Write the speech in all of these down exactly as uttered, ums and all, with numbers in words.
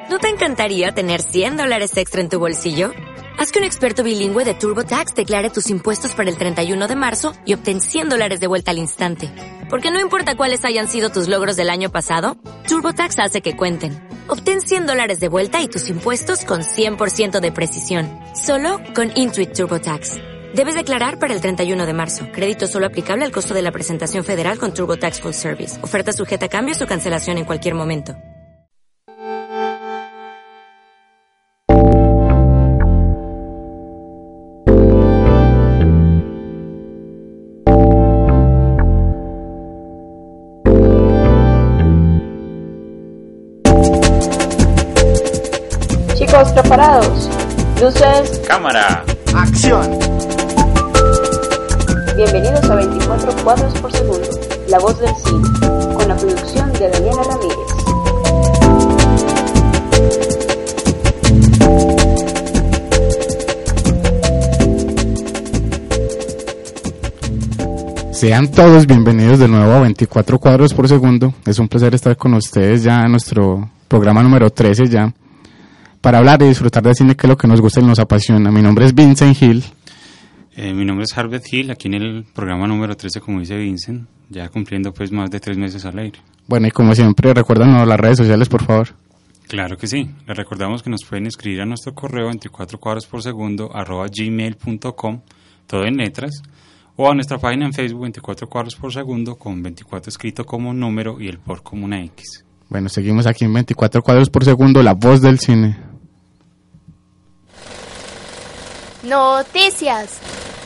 ¿No te encantaría tener cien dólares extra en tu bolsillo? Haz que un experto bilingüe de TurboTax declare tus impuestos para el treinta y uno de marzo y obtén cien dólares de vuelta al instante. Porque no importa cuáles hayan sido tus logros del año pasado, TurboTax hace que cuenten. Obtén cien dólares de vuelta y tus impuestos con cien por ciento de precisión. Solo con Intuit TurboTax. Debes declarar para el treinta y uno de marzo. Crédito solo aplicable al costo de la presentación federal con TurboTax Full Service. Oferta sujeta a cambios o cancelación en cualquier momento. Chicos, preparados. Luces. Cámara. Acción. Bienvenidos a veinticuatro cuadros por segundo, La Voz del Cine, con la producción de Daniela Ramírez. Sean todos bienvenidos de nuevo a veinticuatro cuadros por segundo. Es un placer estar con ustedes ya en nuestro programa número trece ya, para hablar y disfrutar de cine, que es lo que nos gusta y nos apasiona. Mi nombre es Vincent Hill. Eh, mi nombre es Harvey Hill, aquí en el programa número trece, como dice Vincent, ya cumpliendo pues más de tres meses al aire. Bueno, y como siempre, recuérdanos las redes sociales, por favor. Claro que sí, les recordamos que nos pueden escribir a nuestro correo veinticuatro cuadros por segundo arroba gmail punto com, todo en letras, o a nuestra página en Facebook veinticuatro cuadros por segundo, con veinticuatro escrito como un número y el por como una X. Bueno, seguimos aquí en veinticuatro cuadros por segundo, La Voz del Cine. Noticias.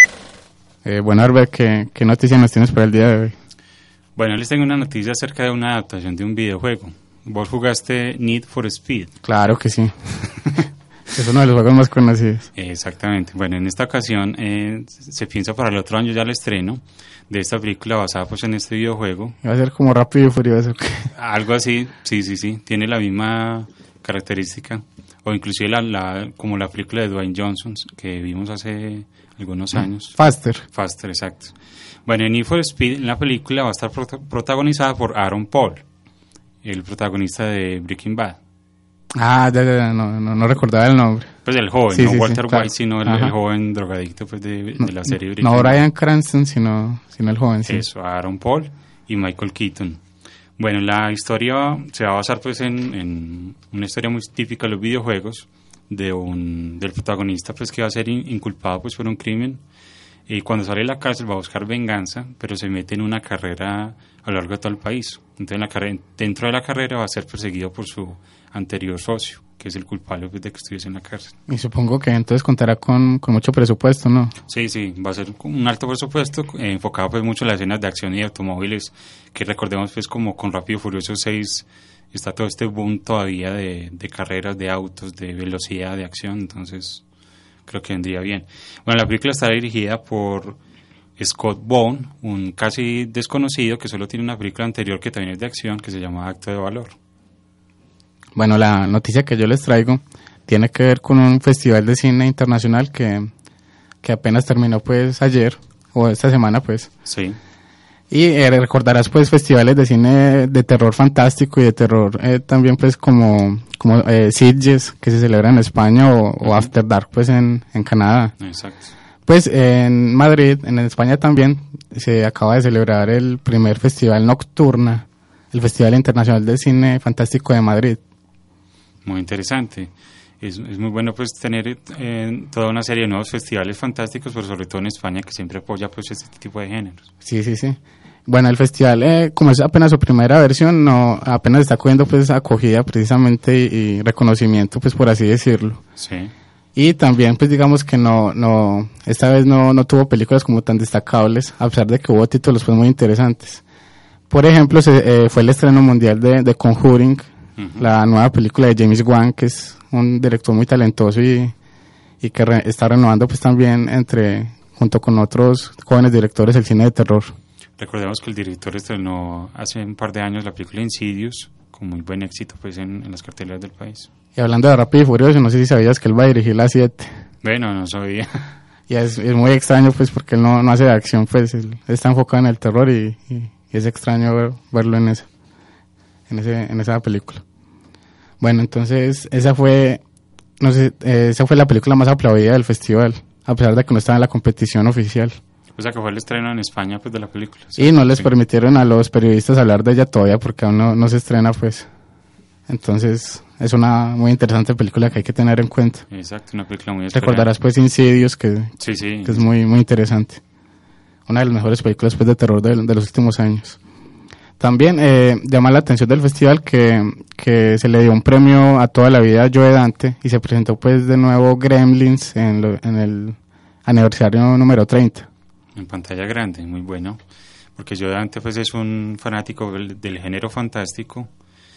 Eh, bueno, Arbel, ¿qué, ¿qué noticias nos tienes para el día de hoy? Bueno, les tengo una noticia acerca de una adaptación de un videojuego. ¿Vos jugaste Need for Speed? Claro que sí. Es uno de los juegos más conocidos. Exactamente. Bueno, en esta ocasión eh, se piensa para el otro año ya el estreno de esta película basada pues en este videojuego. Va a ser como Rápido y Furioso. Algo así, sí, sí, sí. Tiene la misma característica. O inclusive la, la, como la película de Dwayne Johnson que vimos hace algunos años. Faster. Faster, exacto. Bueno, en Need for Speed, en la película va a estar prota- protagonizada por Aaron Paul, el protagonista de Breaking Bad. Ah, ya, ya, ya, no, no, no recordaba el nombre. Pues el joven, sí, no sí, Walter sí, claro. White, sino el, el joven drogadicto pues de, de la serie Breaking No, Bad. no Bryan Cranston, sino, sino el joven, sí. Eso, Aaron Paul y Michael Keaton. Bueno, la historia se va a basar pues en, en una historia muy típica de los videojuegos, de un del protagonista pues que va a ser in, inculpado pues por un crimen, y cuando sale de la cárcel va a buscar venganza, pero se mete en una carrera a lo largo de todo el país. Entonces en la carrera, dentro de la carrera va a ser perseguido por su anterior socio, que es el culpable pues, de que estuviese en la cárcel. Y supongo que entonces contará con, con mucho presupuesto, ¿no? Sí, sí, va a ser un alto presupuesto, eh, enfocado pues mucho en las escenas de acción y de automóviles, que recordemos pues como con Rápido y Furioso seis está todo este boom todavía de, de carreras, de autos, de velocidad, de acción, entonces creo que vendría bien. Bueno, la película está dirigida por Scott Bone, un casi desconocido que solo tiene una película anterior que también es de acción, que se llama Acto de Valor. Bueno, la noticia que yo les traigo tiene que ver con un festival de cine internacional que, que apenas terminó pues ayer, o esta semana pues. Sí. Y eh, recordarás pues festivales de cine de terror fantástico y de terror eh, también pues como, como eh, Sitges, que se celebra en España, o, uh-huh. o After Dark pues en, en Canadá. Exacto. Pues en Madrid, en España también, se acaba de celebrar el primer festival Nocturna, el Festival Internacional de Cine Fantástico de Madrid. Muy interesante. Es, es muy bueno pues tener eh, toda una serie de nuevos festivales fantásticos, pero sobre todo en España, que siempre apoya pues este tipo de géneros. Sí, sí, sí. Bueno, el festival, eh, como es apenas su primera versión, no apenas está cogiendo pues acogida precisamente y, y reconocimiento, pues por así decirlo. Sí. Y también pues digamos que no, no, esta vez no, no tuvo películas como tan destacables, a pesar de que hubo títulos pues muy interesantes. Por ejemplo, se, eh, fue el estreno mundial de, de Conjuring, uh-huh. la nueva película de James Wan, que es un director muy talentoso y, y que re, está renovando pues también entre, junto con otros jóvenes directores, el cine de terror. Recordemos que el director estrenó hace un par de años la película Insidious, con muy buen éxito pues en, en las carteleras del país. Y hablando de Rápido y Furioso, no sé si sabías que él va a dirigir la siete. Bueno, no sabía. Y es, es muy extraño pues porque él no, no hace de acción, pues él está enfocado en el terror y, y, y es extraño ver, verlo en esa, en ese, en esa película. Bueno, entonces esa fue, no sé, eh, esa fue la película más aplaudida del festival, a pesar de que no estaba en la competición oficial. O sea que fue el estreno en España pues de la película. ¿Sí? Y no les sí. permitieron a los periodistas hablar de ella todavía porque aún no, no se estrena pues. Entonces es una muy interesante película que hay que tener en cuenta. Exacto, una película muy esperada. Recordarás pues Insidious que, sí, sí. que es muy, muy interesante. Una de las mejores películas pues de terror de, de los últimos años. También eh, llama la atención del festival que, que se le dio un premio a toda la vida a Joe Dante y se presentó pues de nuevo Gremlins en, lo, en el aniversario número treinta. En pantalla grande, muy bueno, porque Joe Dante pues es un fanático del, del género fantástico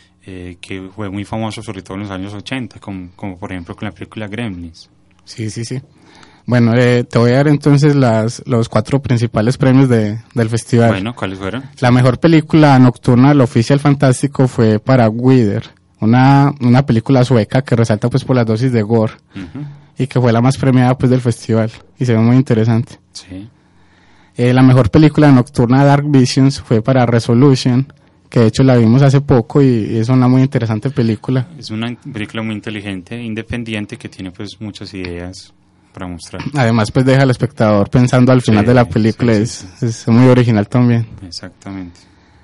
eh, que fue muy famoso sobre todo en los años ochenta, como, como por ejemplo con la película Gremlins. Sí, sí, sí. Bueno, eh, te voy a dar entonces las, los cuatro principales premios de, del festival. Bueno, ¿cuáles fueron? La mejor película nocturna del oficial fantástico fue para Wither, una, una película sueca que resalta pues por las dosis de gore uh-huh. y que fue la más premiada pues del festival y se ve muy interesante. Sí. Eh, la mejor película nocturna Dark Visions fue para Resolution, que de hecho la vimos hace poco y, y es una muy interesante película. Es una película muy inteligente, independiente, que tiene pues muchas ideas para mostrar. Además pues deja al espectador pensando al final sí, de la película, sí, sí, sí. Es, es muy original también. Exactamente.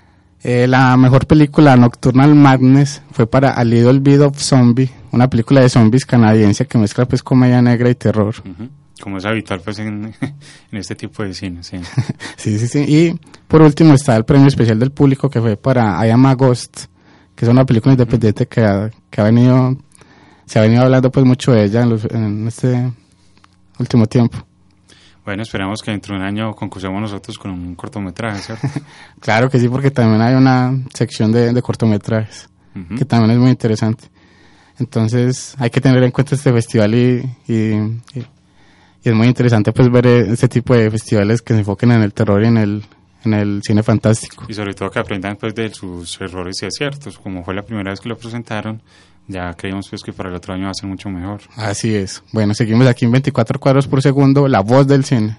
Eh, la mejor película Nocturnal Madness fue para A Little Bit of Zombie, una película de zombies canadiense que mezcla pues comedia negra y terror. Uh-huh. Como es habitual pues en, en este tipo de cine, sí. sí, sí, sí. Y por último está el premio especial del público que fue para I Am a Ghost, que es una película independiente uh-huh. que, ha, que ha venido, se ha venido hablando pues mucho de ella en, los, en este último tiempo. Bueno, esperamos que dentro de un año concursemos nosotros con un cortometraje, ¿cierto? Claro que sí, porque también hay una sección de, de cortometrajes, uh-huh. que también es muy interesante. Entonces hay que tener en cuenta este festival y... y, y Y es muy interesante pues ver este tipo de festivales que se enfoquen en el terror y en el, en el cine fantástico. Y sobre todo que aprendan pues de sus errores y aciertos. Como fue la primera vez que lo presentaron, ya creímos pues que para el otro año va a ser mucho mejor. Así es. Bueno, seguimos aquí en veinticuatro cuadros por segundo, la voz del cine.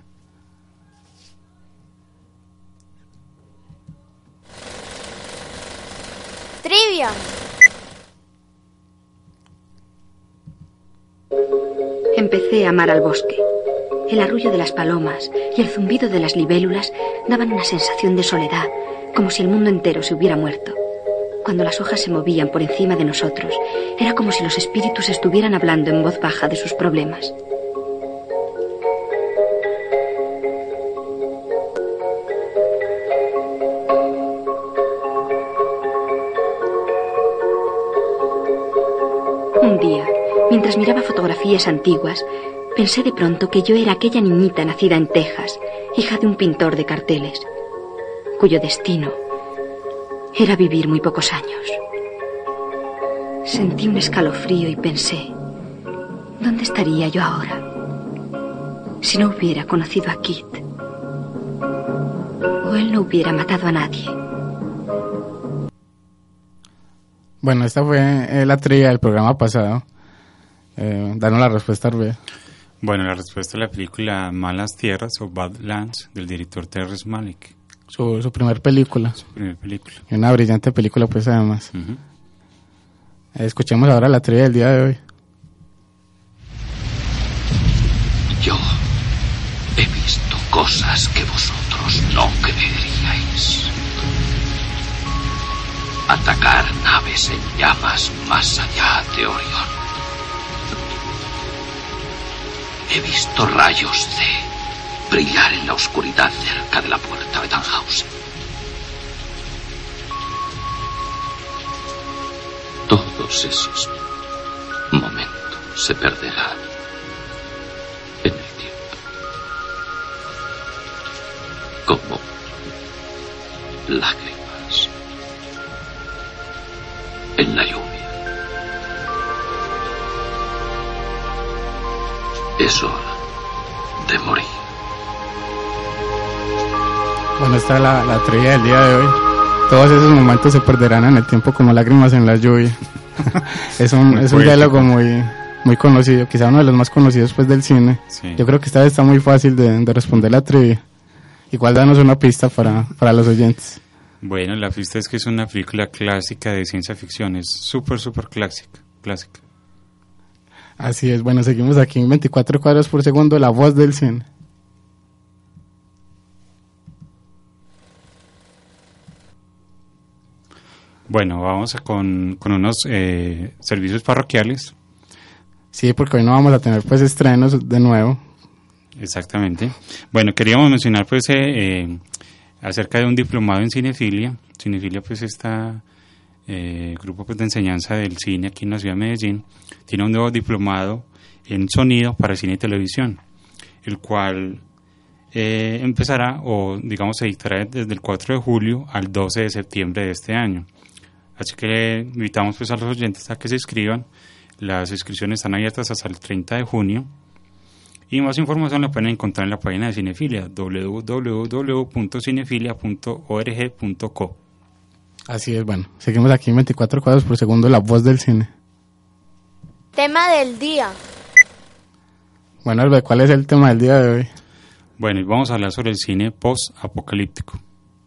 Trivia. Empecé a amar al bosque. El arrullo de las palomas y el zumbido de las libélulas daban una sensación de soledad, como si el mundo entero se hubiera muerto. Cuando las hojas se movían por encima de nosotros, era como si los espíritus estuvieran hablando en voz baja de sus problemas. Un día, mientras miraba fotografías antiguas, pensé de pronto que yo era aquella niñita nacida en Texas, hija de un pintor de carteles, cuyo destino era vivir muy pocos años. Sentí un escalofrío y pensé, ¿dónde estaría yo ahora si no hubiera conocido a Kit? O él no hubiera matado a nadie. Bueno, esta fue eh, la trivia del programa pasado. Eh, danos la respuesta, Arbea. Bueno, la respuesta es la película Malas Tierras o Badlands del director Terrence Malick. Su, su primer película. Su primer película. Y una brillante película, pues, además. Uh-huh. Eh, escuchemos ahora la trivia del día de hoy. Yo he visto cosas que vosotros no creeríais. Atacar naves en llamas más allá de Orión. He visto rayos de brillar en la oscuridad cerca de la puerta de Tannhausen. Todos esos momentos se perderán en el tiempo. Como lágrimas en la lluvia. Es hora de morir. Bueno, esta es la, la trivia del día de hoy. Todos esos momentos se perderán en el tiempo como lágrimas en la lluvia. es un, es un diálogo muy, muy conocido, quizá uno de los más conocidos pues del cine. Sí. Yo creo que esta vez está muy fácil de, de responder la trivia. Igual danos una pista para, para los oyentes. Bueno, la pista es que es una película clásica de ciencia ficción, es súper, súper clásica, clásica. Así es, bueno, seguimos aquí en veinticuatro cuadros por segundo, La Voz del Cine. Bueno, vamos a con, con unos eh, servicios parroquiales. Sí, porque hoy no vamos a tener pues estrenos de nuevo. Exactamente. Bueno, queríamos mencionar pues eh, eh, acerca de un diplomado en cinefilia. Cinefilia pues está eh, grupo pues, de enseñanza del cine aquí en la ciudad de Medellín. Tiene un nuevo diplomado en sonido para cine y televisión, el cual eh, empezará o digamos se dictará desde el cuatro de julio al doce de septiembre de este año. Así que invitamos pues a los oyentes a que se inscriban. Las inscripciones están abiertas hasta el treinta de junio. Y más información la pueden encontrar en la página de Cinefilia, doble u doble u doble u punto cinefilia punto org punto co. Así es, bueno, seguimos aquí en veinticuatro cuadros por segundo, La Voz del Cine. Tema del día. Bueno, Albert, ¿cuál es el tema del día de hoy? Bueno, y vamos a hablar sobre el cine post-apocalíptico.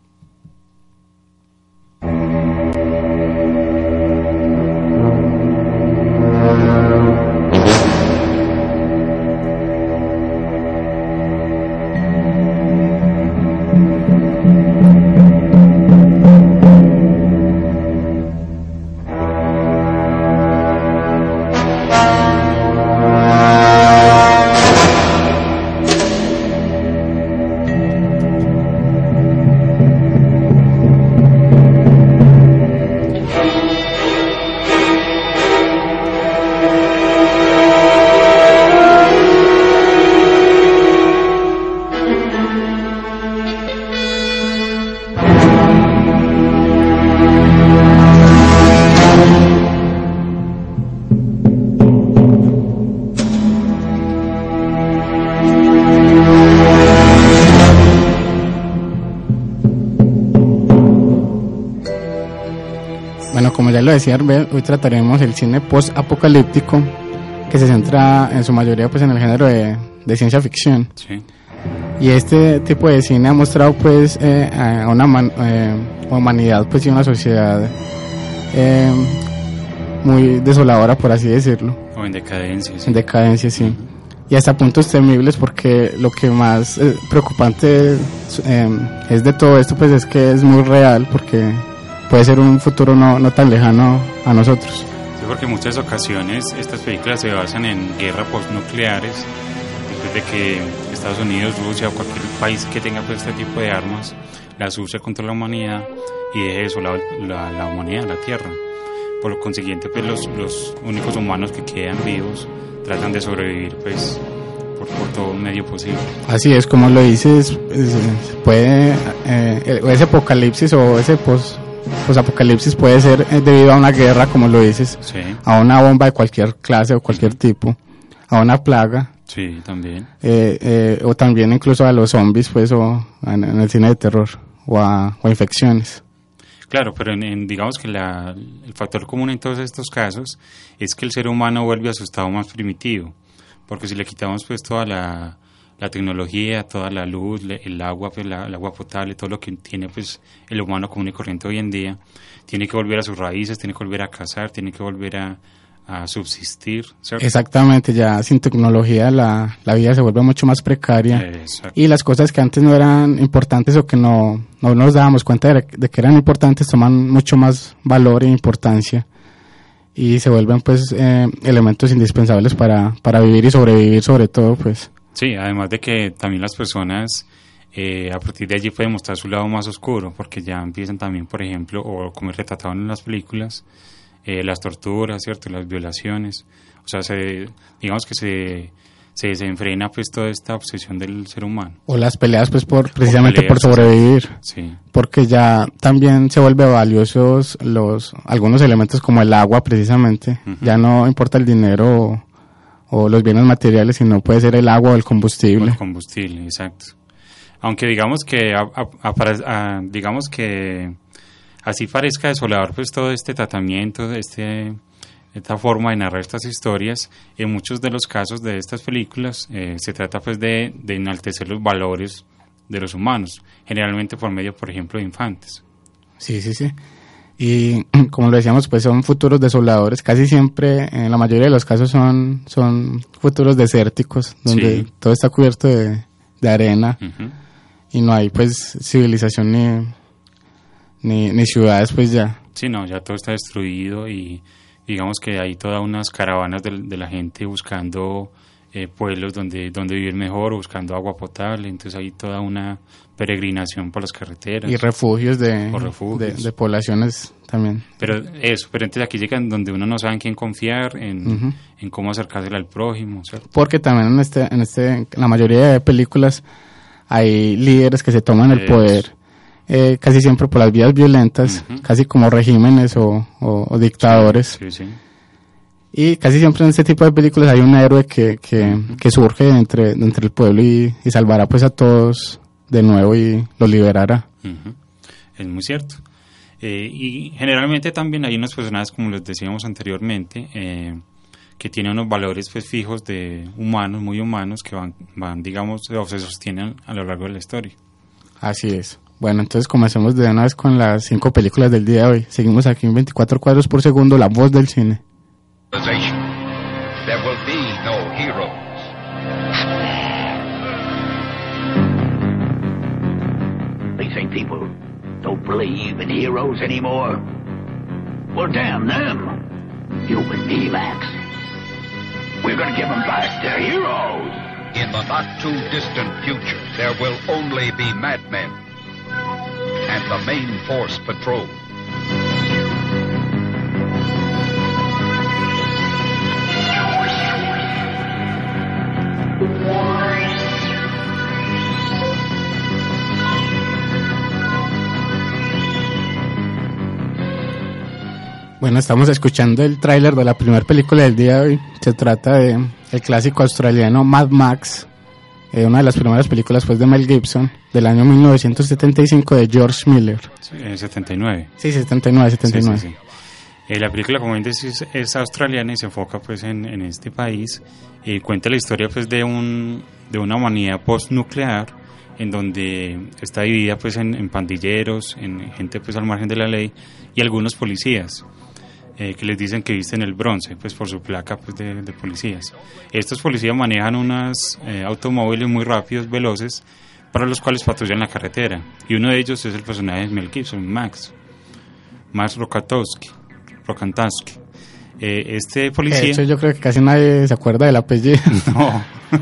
Bueno, como ya lo decía Arbel, hoy trataremos el cine post-apocalíptico, que se centra en su mayoría pues en el género de, de ciencia ficción. Sí. Y este tipo de cine ha mostrado pues eh, a una man, eh, humanidad pues y una sociedad eh, muy desoladora, por así decirlo. O en decadencia. Sí. En decadencia, sí. Y hasta puntos temibles, porque lo que más eh, preocupante eh, es de todo esto pues es que es muy real, porque puede ser un futuro no, no tan lejano a nosotros. Sí, porque en muchas ocasiones estas películas se basan en guerras postnucleares, después de que Estados Unidos, Rusia o cualquier país que tenga pues, este tipo de armas las use contra la humanidad y deje desolado la, la humanidad, la Tierra. Por lo consiguiente, pues los, los únicos humanos que quedan vivos tratan de sobrevivir pues por, por todo medio posible. Así es, como lo dices, puede eh, ese apocalipsis o ese post Pues apocalipsis puede ser debido a una guerra, como lo dices, sí. A una bomba de cualquier clase o cualquier tipo, a una plaga, sí, también, eh, eh, o también incluso a los zombies, pues, o en, en el cine de terror, o a, o a infecciones. Claro, pero en, en, digamos que la, el factor común en todos estos casos es que el ser humano vuelve a su estado más primitivo, porque si le quitamos pues toda la la tecnología, toda la luz, el agua, pues la, el agua potable, todo lo que tiene pues el humano común y corriente hoy en día, tiene que volver a sus raíces, tiene que volver a cazar, tiene que volver a, a subsistir, ¿cierto? Exactamente, ya sin tecnología la, la vida se vuelve mucho más precaria. Exacto. Y las cosas que antes no eran importantes o que no, no nos dábamos cuenta de, de que eran importantes toman mucho más valor e importancia y se vuelven pues eh, elementos indispensables para, para vivir y sobrevivir sobre todo pues. Sí, además de que también las personas eh, a partir de allí pueden mostrar su lado más oscuro, porque ya empiezan también, por ejemplo, o como es retratado en las películas, eh, las torturas, ¿cierto? Las violaciones. O sea, se, digamos que se, se desenfrena pues toda esta obsesión del ser humano. O las peleas pues por precisamente peleas, por sobrevivir. Sí. Porque ya también se vuelve valiosos los algunos elementos como el agua precisamente. Uh-huh. Ya no importa el dinero o, o los bienes materiales, sino puede ser el agua o el combustible. O el combustible, exacto. Aunque digamos que a, a, a, a, digamos que así parezca desolador pues todo este tratamiento, este esta forma de narrar estas historias, en muchos de los casos de estas películas eh, se trata pues de, de enaltecer los valores de los humanos, generalmente por medio, por ejemplo, de infantes. Sí, sí, sí. Y como lo decíamos, pues son futuros desoladores. Casi siempre, en la mayoría de los casos, son, son futuros desérticos, donde sí. todo está cubierto de, de arena uh-huh. y no hay pues civilización ni, ni, ni ciudades pues ya. Sí, no, ya todo está destruido y digamos que hay todas unas caravanas de, de la gente buscando eh, pueblos donde, donde vivir mejor, buscando agua potable, entonces hay toda una peregrinación por las carreteras. Y refugios de, refugios. de, de poblaciones también. Pero eso, pero entonces aquí llegan donde uno no sabe en quién confiar, en, uh-huh. en cómo acercarse al prójimo, ¿cierto? Porque también en este, en este, en la mayoría de películas hay líderes que se toman el poder eh, casi siempre por las vías violentas, uh-huh. casi como regímenes o, o, o dictadores. Sí, sí, sí. Y casi siempre en este tipo de películas hay un héroe que, que, uh-huh. que surge entre, entre el pueblo y, y salvará pues a todos de nuevo y los liberará. Uh-huh. Es muy cierto. Eh, y generalmente también hay unos personajes, como les decíamos anteriormente, eh, que tienen unos valores pues fijos de humanos, muy humanos, que van, van digamos, o se sostienen a lo largo de la historia. Así es. Bueno, entonces comencemos de una vez con las cinco películas del día de hoy. Seguimos aquí en veinticuatro cuadros por segundo, la voz del cine. There will be no heroes. They say people don't believe in heroes anymore. Well, damn them. You and me, Max. We're gonna give them back their heroes. In the not-too-distant future, there will only be madmen and the main force patrol. Bueno, estamos escuchando el tráiler de la primera película del día de hoy. Se trata de el clásico australiano Mad Max, eh, una de las primeras películas pues de Mel Gibson, del año mil novecientos setenta y cinco, de George Miller. Sí, en setenta y nueve. Sí, setenta y nueve, setenta y nueve. Sí, sí, sí. Eh, la película, como dices, es, es australiana y se enfoca pues en, en este país y cuenta la historia pues de un de una humanidad postnuclear en donde está dividida pues en, en pandilleros, en gente pues al margen de la ley y algunos policías. Eh, que les dicen que visten el bronce, pues por su placa pues, de, de policías. Estos policías manejan unos eh, automóviles muy rápidos, veloces, para los cuales patrullan la carretera. Y uno de ellos es el personaje de Mel Gibson, Max. Max Rokatansky. Rokatansky. Eh, este policía... De hecho, yo creo que casi nadie se acuerda del apellido. No.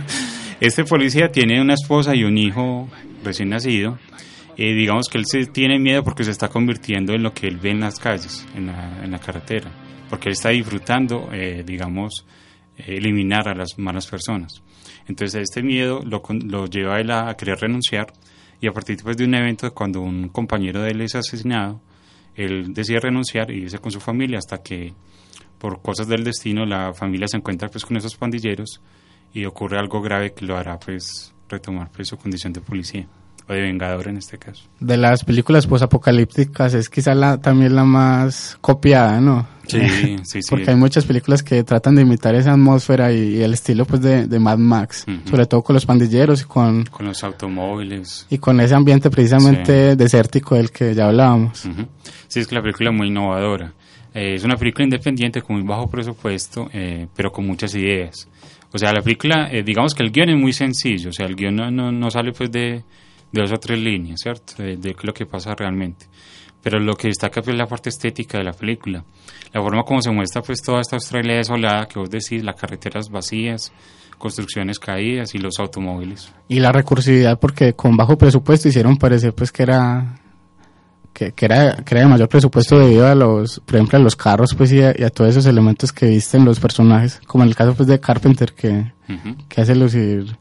Este policía tiene una esposa y un hijo recién nacido. Eh, digamos que él se tiene miedo porque se está convirtiendo en lo que él ve en las calles, en la, en la carretera, porque él está disfrutando, eh, digamos, eh, eliminar a las malas personas. Entonces este miedo lo, lo lleva a él a, a querer renunciar y a partir pues, de un evento cuando un compañero de él es asesinado, él decide renunciar y irse con su familia hasta que por cosas del destino la familia se encuentra pues con esos pandilleros y ocurre algo grave que lo hará pues retomar pues su condición de policía. O de vengador en este caso. De las películas posapocalípticas es quizá la, también la más copiada, ¿no? Sí, sí, sí. Porque hay muchas películas que tratan de imitar esa atmósfera y, y el estilo pues de, de Mad Max, uh-huh. sobre todo con los pandilleros y con... Con los automóviles. Y con ese ambiente precisamente sí. desértico del que ya hablábamos. Uh-huh. Sí, es que la película es muy innovadora. Eh, es una película independiente con muy bajo presupuesto, eh, pero con muchas ideas. O sea, la película, eh, digamos que el guión es muy sencillo, o sea, el guión no, no, no sale pues de... de dos o tres líneas, ¿cierto? De, de lo que pasa realmente. Pero lo que destaca pues la parte estética de la película. La forma como se muestra pues toda esta Australia desolada que vos decís, las carreteras vacías, construcciones caídas y los automóviles. Y la recursividad porque con bajo presupuesto hicieron parecer pues que era que, que era que era de mayor presupuesto debido a los, por ejemplo, a los carros pues y a, y a todos esos elementos que visten los personajes, como en el caso pues de Carpenter que, uh-huh. que hace lucir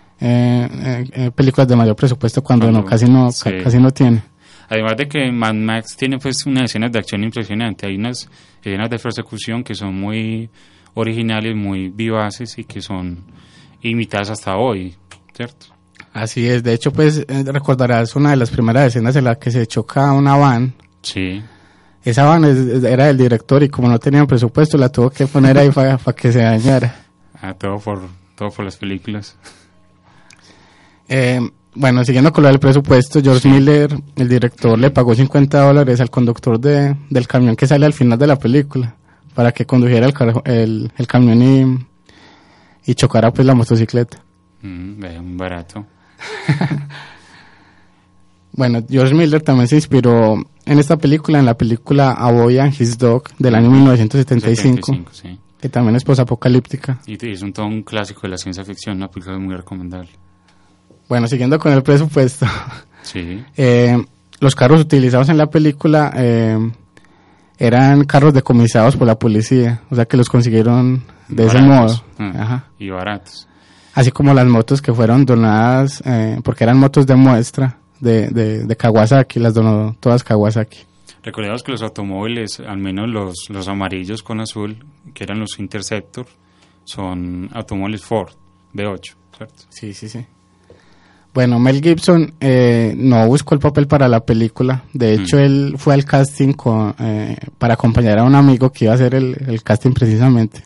Eh, eh, eh, películas de mayor presupuesto cuando, cuando no casi no sí. ca, casi no tiene. Además de que Mad Max tiene pues unas escenas de acción impresionantes, hay unas escenas de persecución que son muy originales, muy vivaces y que son imitadas hasta hoy, ¿cierto? Así es, de hecho pues eh, recordarás una de las primeras escenas en la que se choca una van. Sí. Esa van es, era del director y como no tenían presupuesto la tuvo que poner ahí para pa que se dañara. Ah, todo por, todo por las películas. Eh, Bueno, siguiendo con lo del presupuesto, George Miller, el director, le pagó cincuenta dólares al conductor de, del camión que sale al final de la película para que condujera el, car- el, el camión y, y chocara pues la motocicleta. Mm, eh, muy barato. Bueno, George Miller también se inspiró en esta película, en la película A Boy and His Dog del año mil novecientos setenta y cinco, setenta y cinco, sí. que también es posapocalíptica. Y es un todo un clásico de la ciencia ficción, una película muy recomendable. Bueno, siguiendo con el presupuesto, Sí. eh, los carros utilizados en la película eh, eran carros decomisados por la policía, o sea que los consiguieron de ese Baratos. modo. Ah, Ajá. Y baratos. Así como las motos que fueron donadas, eh, porque eran motos de muestra de, de, de Kawasaki, las donó todas Kawasaki. Recordemos que los automóviles, al menos los, los amarillos con azul, que eran los Interceptor, son automóviles Ford V ocho, ¿cierto? Sí, sí, sí. Bueno, Mel Gibson eh, no buscó el papel para la película. De hecho, mm. él fue al casting con, eh, para acompañar a un amigo que iba a hacer el, el casting precisamente.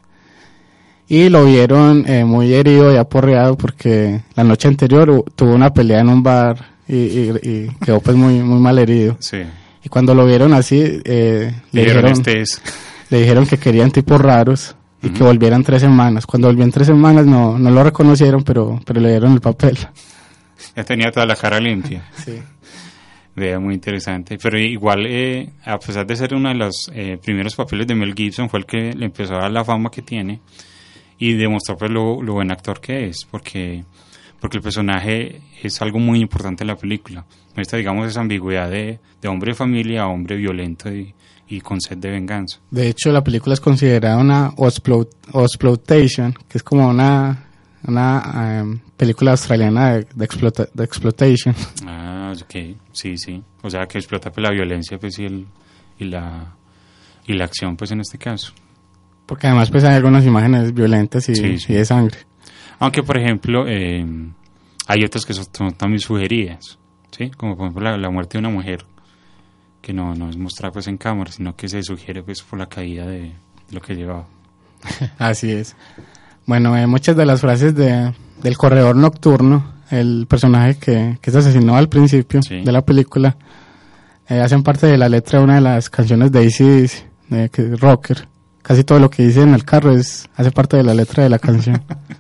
Y lo vieron eh, muy herido y aporreado porque la noche anterior uh, tuvo una pelea en un bar y, y, y quedó pues muy, muy mal herido. Sí. Y cuando lo vieron así, eh, le, dijeron, este es. le dijeron que querían tipos raros y uh-huh. que volvieran tres semanas. Cuando volvió en tres semanas no, no lo reconocieron, pero, pero le dieron el papel. Ya tenía toda la cara limpia. Sí. Vea, muy interesante. Pero igual, eh, a pesar de ser uno de los eh, primeros papeles de Mel Gibson, fue el que le empezó a dar la fama que tiene y demostró pues lo, lo buen actor que es, porque porque el personaje es algo muy importante en la película. Esta, digamos, esa ambigüedad de, de hombre de familia a hombre violento y, y con sed de venganza. De hecho, la película es considerada una exploitation, que es como una una um, película australiana de, de, explota, de exploitation. Ah, ok, sí, sí. O sea, que explota pues, la violencia pues, y, el, y, la, y la acción, pues en este caso. Porque además pues hay algunas imágenes violentas y, sí, sí. y de sangre. Aunque, por ejemplo, eh, hay otras que son, son también sugeridas, ¿sí? Como por ejemplo la, la muerte de una mujer, que no, no es mostrada pues en cámara, sino que se sugiere pues por la caída de, de lo que llevaba. Así es. Bueno, eh, muchas de las frases de, del corredor nocturno, el personaje que, que se asesinó al principio sí. de la película, eh, hacen parte de la letra de una de las canciones de A C/D C, que es Rocker. Casi todo lo que dice en el carro es hace parte de la letra de la canción.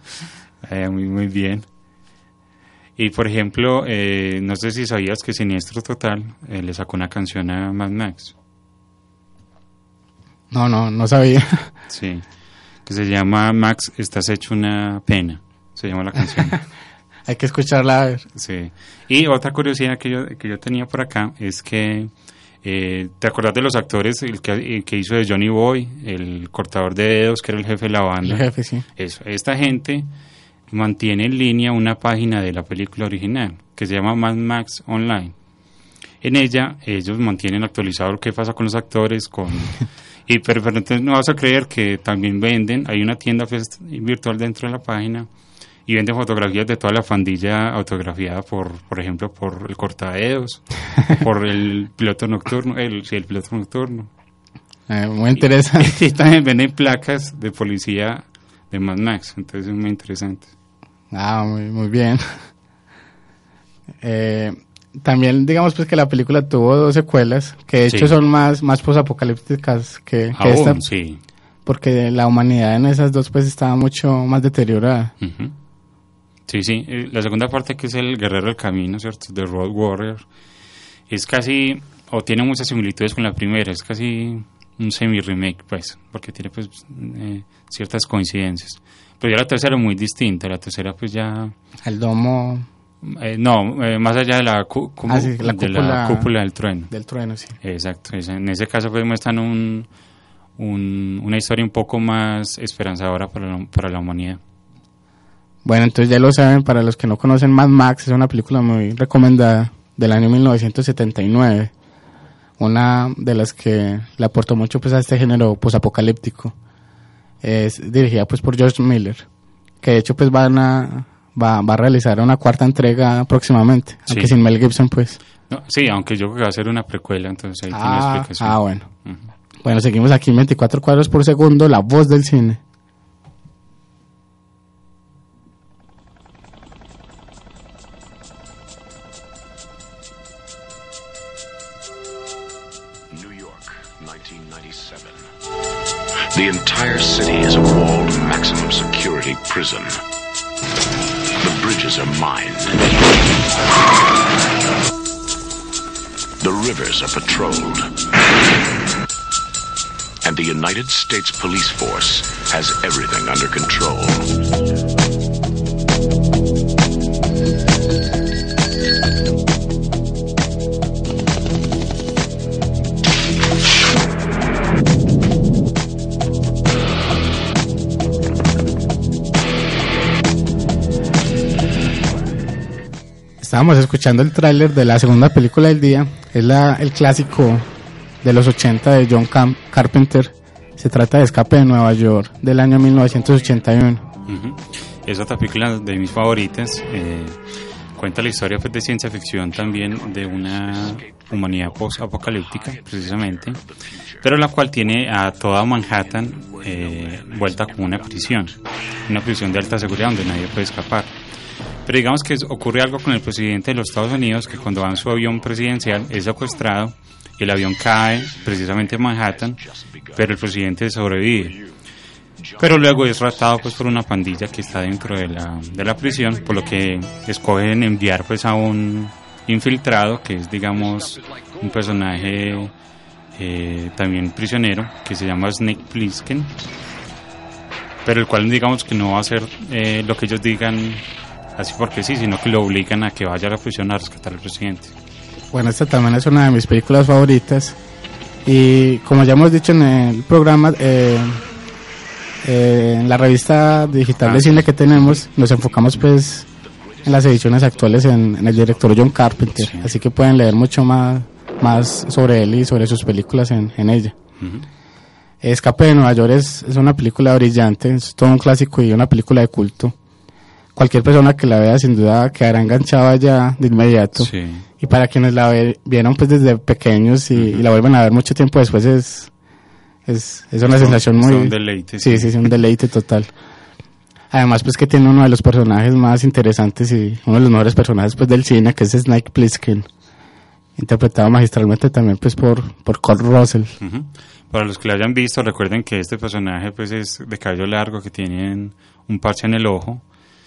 eh, muy, muy bien. Y por ejemplo, eh, no sé si sabías que Siniestro Total eh, le sacó una canción a Mad Max. No, no, no sabía. Sí. Que se llama Max, estás hecho una pena, se llama la canción. Hay que escucharla a ver. Sí. Y otra curiosidad que yo, que yo tenía por acá es que, eh, ¿te acuerdas de los actores? El que, el que hizo de Johnny Boy, el cortador de dedos, que era el jefe de la banda. El jefe, sí. Eso. Esta gente mantiene en línea una página de la película original, que se llama Mad Max Online. En ella, ellos mantienen actualizado qué pasa con los actores, con... Y pero, pero entonces no vas a creer que también venden, hay una tienda pues, virtual dentro de la página y venden fotografías de toda la pandilla autografiada por, por ejemplo, por el cortadedos, por el piloto nocturno, el, sí, el piloto nocturno. Eh, muy interesante. Y, y también venden placas de policía de Mad Max, entonces es muy interesante. Ah, muy, muy bien. Eh... También digamos pues que la película tuvo dos secuelas que de hecho sí. son más más posapocalípticas que, que Aún, esta sí. porque la humanidad en esas dos pues estaba mucho más deteriorada. Uh-huh. Sí, sí, la segunda parte que es el Guerrero del Camino, ¿cierto? The Road Warrior, es casi, o tiene muchas similitudes con la primera, es casi un semi-remake pues, porque tiene pues eh, ciertas coincidencias. Pero ya la tercera es muy distinta, la tercera pues ya... El domo... Eh, no, eh, más allá de la, cu- cu- ah, sí, la, de cúpula, la cúpula del trueno. Del trueno, sí. Exacto. En ese caso pues muestran un, un, una historia un poco más esperanzadora para la, para la humanidad. Bueno, entonces ya lo saben, para los que no conocen, Mad Max es una película muy recomendada del año mil novecientos setenta y nueve. Una de las que le aportó mucho pues a este género posapocalíptico. Es dirigida pues por George Miller, que de hecho pues van a... Va, va a realizar una cuarta entrega próximamente, sí. aunque sin Mel Gibson pues. No, sí, aunque yo creo que va a ser una precuela, entonces ahí ah, tiene explicación. Ah, bueno. Uh-huh. Bueno, seguimos aquí en veinticuatro cuadros por segundo, la voz del cine. The entire city is a walled maximum security prison. The bridges are mined. The rivers are patrolled. And the United States Police Force has everything under control. Estábamos escuchando el tráiler de la segunda película del día. Es la, el clásico de los ochenta de John Cam- Carpenter. Se trata de Escape de Nueva York del año mil novecientos ochenta y uno. Uh-huh. Es otra película de mis favoritas. Eh, cuenta la historia, pues, de ciencia ficción también, de una humanidad post-apocalíptica, precisamente, pero la cual tiene a toda Manhattan eh, vuelta como una prisión, una prisión de alta seguridad donde nadie puede escapar. Pero digamos que ocurre algo con el presidente de los Estados Unidos, que cuando va en su avión presidencial es secuestrado, el avión cae precisamente en Manhattan, pero el presidente sobrevive. Pero luego es raptado, pues, por una pandilla que está dentro de la, de la prisión, por lo que escogen enviar, pues, a un infiltrado, que es, digamos, un personaje eh, también prisionero, que se llama Snake Plissken, pero el cual, digamos, que no va a hacer eh, lo que ellos digan así porque sí, sino que lo obligan a que vaya a la prisión a rescatar al presidente. Bueno, esta también es una de mis películas favoritas, y como ya hemos dicho en el programa, eh, eh, en la revista digital ah, de cine que tenemos, nos enfocamos, pues, en las ediciones actuales en, en el director John Carpenter, sí. Así que pueden leer mucho más, más sobre él y sobre sus películas en, en ella. Uh-huh. Escape de Nueva York es, es una película brillante, es todo un clásico y una película de culto. Cualquier persona que la vea sin duda quedará enganchada ya de inmediato. Sí. Y para quienes la ve, vieron, pues, desde pequeños y, uh-huh. y la vuelven a ver mucho tiempo después, es es, es una es sensación un, muy... Es un deleite. Sí, sí, sí, es un deleite total. Además, pues, que tiene uno de los personajes más interesantes y uno de los mejores personajes, pues, del cine, que es Snake Plissken, interpretado magistralmente también, pues, por, por Kurt Russell. Uh-huh. Para los que lo hayan visto, recuerden que este personaje, pues, es de cabello largo, que tiene un parche en el ojo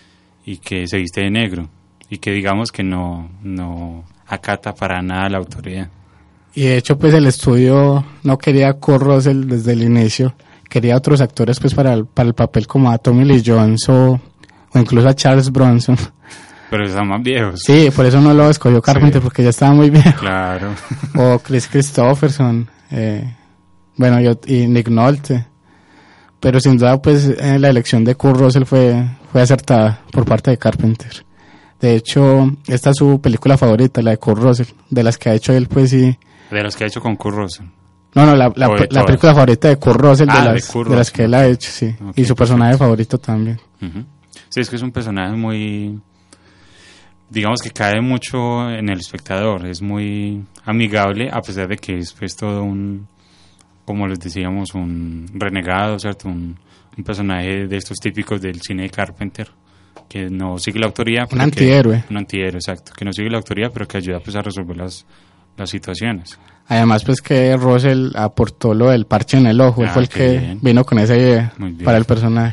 y que se viste de negro y que, digamos, que no, no acata para nada la autoridad. Y de hecho, pues, el estudio no quería a Kurt Russell desde el inicio, quería a otros actores, pues, para el, para el papel, como a Tommy Lee Jones o, o incluso a Charles Bronson. Pero están más viejos. Sí, por eso no lo escogió Carpenter, sí. Porque ya estaba muy viejo. Claro. O Chris Christopherson, eh, bueno, y, y Nick Nolte. Pero sin duda, pues, eh, la elección de Kurt Russell fue, fue acertada por parte de Carpenter. De hecho, esta es su película favorita, la de Kurt Russell, de las que ha hecho él, pues, sí. ¿De las que ha hecho con Kurt Russell? No, no, la, la, la película favorita de Kurt Russell, ah, de, las, de, Kurt de las que él ha hecho, sí. Okay, y su personaje perfecto. Favorito también. Uh-huh. Sí, es que es un personaje muy, digamos, que cae mucho en el espectador, es muy amigable, a pesar de que es, pues, todo un, como les decíamos, un renegado, ¿cierto? Un, un personaje de estos típicos del cine de Carpenter, que no sigue la autoría. Un antihéroe. Que, un antihéroe, exacto, que no sigue la autoría, pero que ayuda, pues, a resolver las, las situaciones. Además, pues, que Russell aportó lo del parche en el ojo, ah, él fue el que bien. Vino con esa idea para el personaje.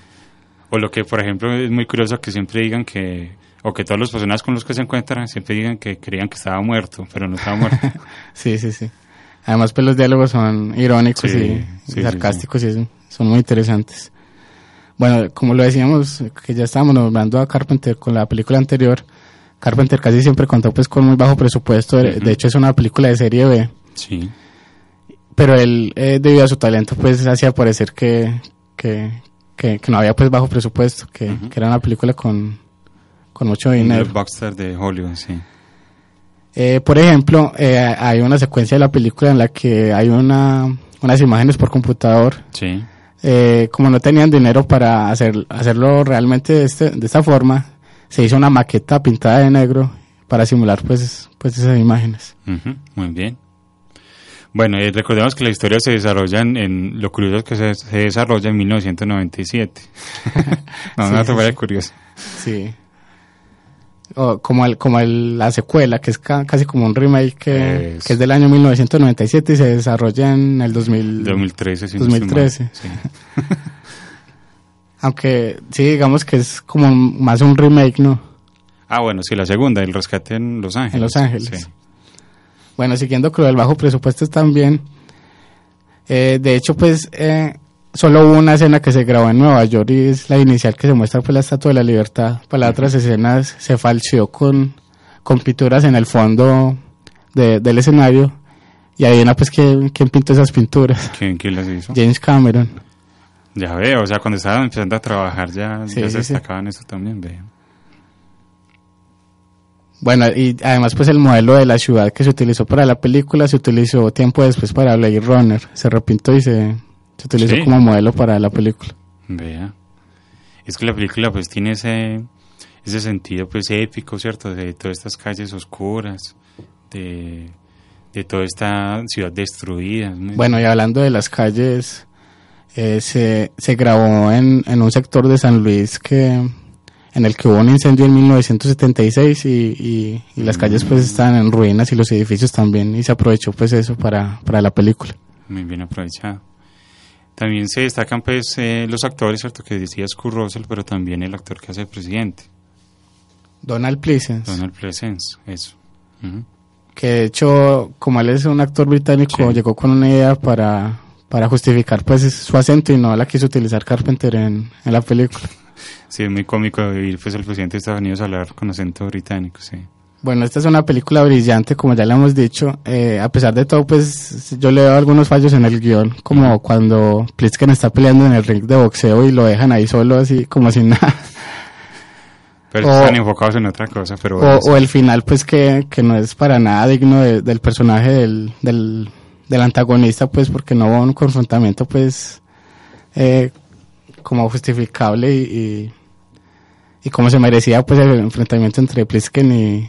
O lo que, por ejemplo, es muy curioso que siempre digan que, o que todos los personajes con los que se encuentran siempre digan que creían que estaba muerto, pero no estaba muerto. Sí, sí, sí. Además, pues, los diálogos son irónicos, sí, y, sí, y sarcásticos, sí, sí. Y son muy interesantes. Bueno, como lo decíamos, que ya estábamos nombrando a Carpenter con la película anterior, Carpenter casi siempre contó, pues, con muy bajo presupuesto. Uh-huh. De hecho, es una película de serie B. Sí. Pero él, eh, debido a su talento, pues, hacía parecer que, que, que, que no había, pues, bajo presupuesto, que, uh-huh. que era una película con, con mucho dinero. Un blockbuster de Hollywood, sí. Eh, por ejemplo, eh, hay una secuencia de la película en la que hay una unas imágenes por computador. Sí. Eh, como no tenían dinero para hacer hacerlo realmente de, este, de esta forma, se hizo una maqueta pintada de negro para simular, pues, pues esas imágenes. Uh-huh, muy bien. Bueno, eh, recordemos que la historia se desarrolla en, en lo curioso es que se, se desarrolla en mil novecientos noventa y siete. No, sí, una sí, sí. curiosa. Sí. o como el, como el, la secuela, que es ca, casi como un remake que es. que es del año mil novecientos noventa y siete y se desarrolla en el dos mil, dos mil trece. Sí, dos mil trece. Sí. Aunque sí, digamos que es como un, más un remake, ¿no? Ah, bueno, sí, la segunda, El rescate en Los Ángeles. En Los Ángeles. Sí. Bueno, siguiendo con el bajo presupuesto también, eh, de hecho, pues, eh, solo hubo una escena que se grabó en Nueva York y es la inicial que se muestra pues la Estatua de la Libertad. Para las otras escenas se falseó con, con pinturas en el fondo de, del escenario y adivina pues quién, quién pintó esas pinturas. ¿Quién, quién las hizo? James Cameron. Ya veo, o sea, cuando estaban empezando a trabajar ya, sí, ya se sí, destacaban sí. eso también, veo. Bueno, y además pues el modelo de la ciudad que se utilizó para la película se utilizó tiempo después para Blade Runner. Se repintó y se, se utilizó sí. como modelo para la película. Vea. Es que la película pues tiene ese, ese sentido pues épico, ¿cierto? De todas estas calles oscuras, de, de toda esta ciudad destruida. Muy bueno, y hablando de las calles, eh, se, se grabó en, en un sector de San Luis que... en el que hubo un incendio en mil novecientos setenta y seis y, y, y las calles pues estaban en ruinas y los edificios también y se aprovechó pues eso para, para la película. Muy bien aprovechado. También se destacan pues eh, los actores, ¿cierto? Que decías Kurt Russell, pero también el actor que hace el presidente. Donald Pleasence. Donald Pleasence, eso. Uh-huh. Que de hecho, como él es un actor británico, sí. llegó con una idea para, para justificar pues su acento y no la quiso utilizar Carpenter en, en la película. Sí, es muy cómico oír pues el presidente de Estados Unidos hablar con acento británico, sí. Bueno, esta es una película brillante, como ya le hemos dicho. Eh, a pesar de todo, pues yo le veo algunos fallos en el guión, como cuando Plisken está peleando en el ring de boxeo y lo dejan ahí solo, así como sin nada. Pero o, están enfocados en otra cosa. Pero o, o el final, pues que, que no es para nada digno de, del personaje del, del, del antagonista, pues porque no hubo un confrontamiento, pues... Eh, como justificable y, y, y como se merecía pues el enfrentamiento entre Plisken y,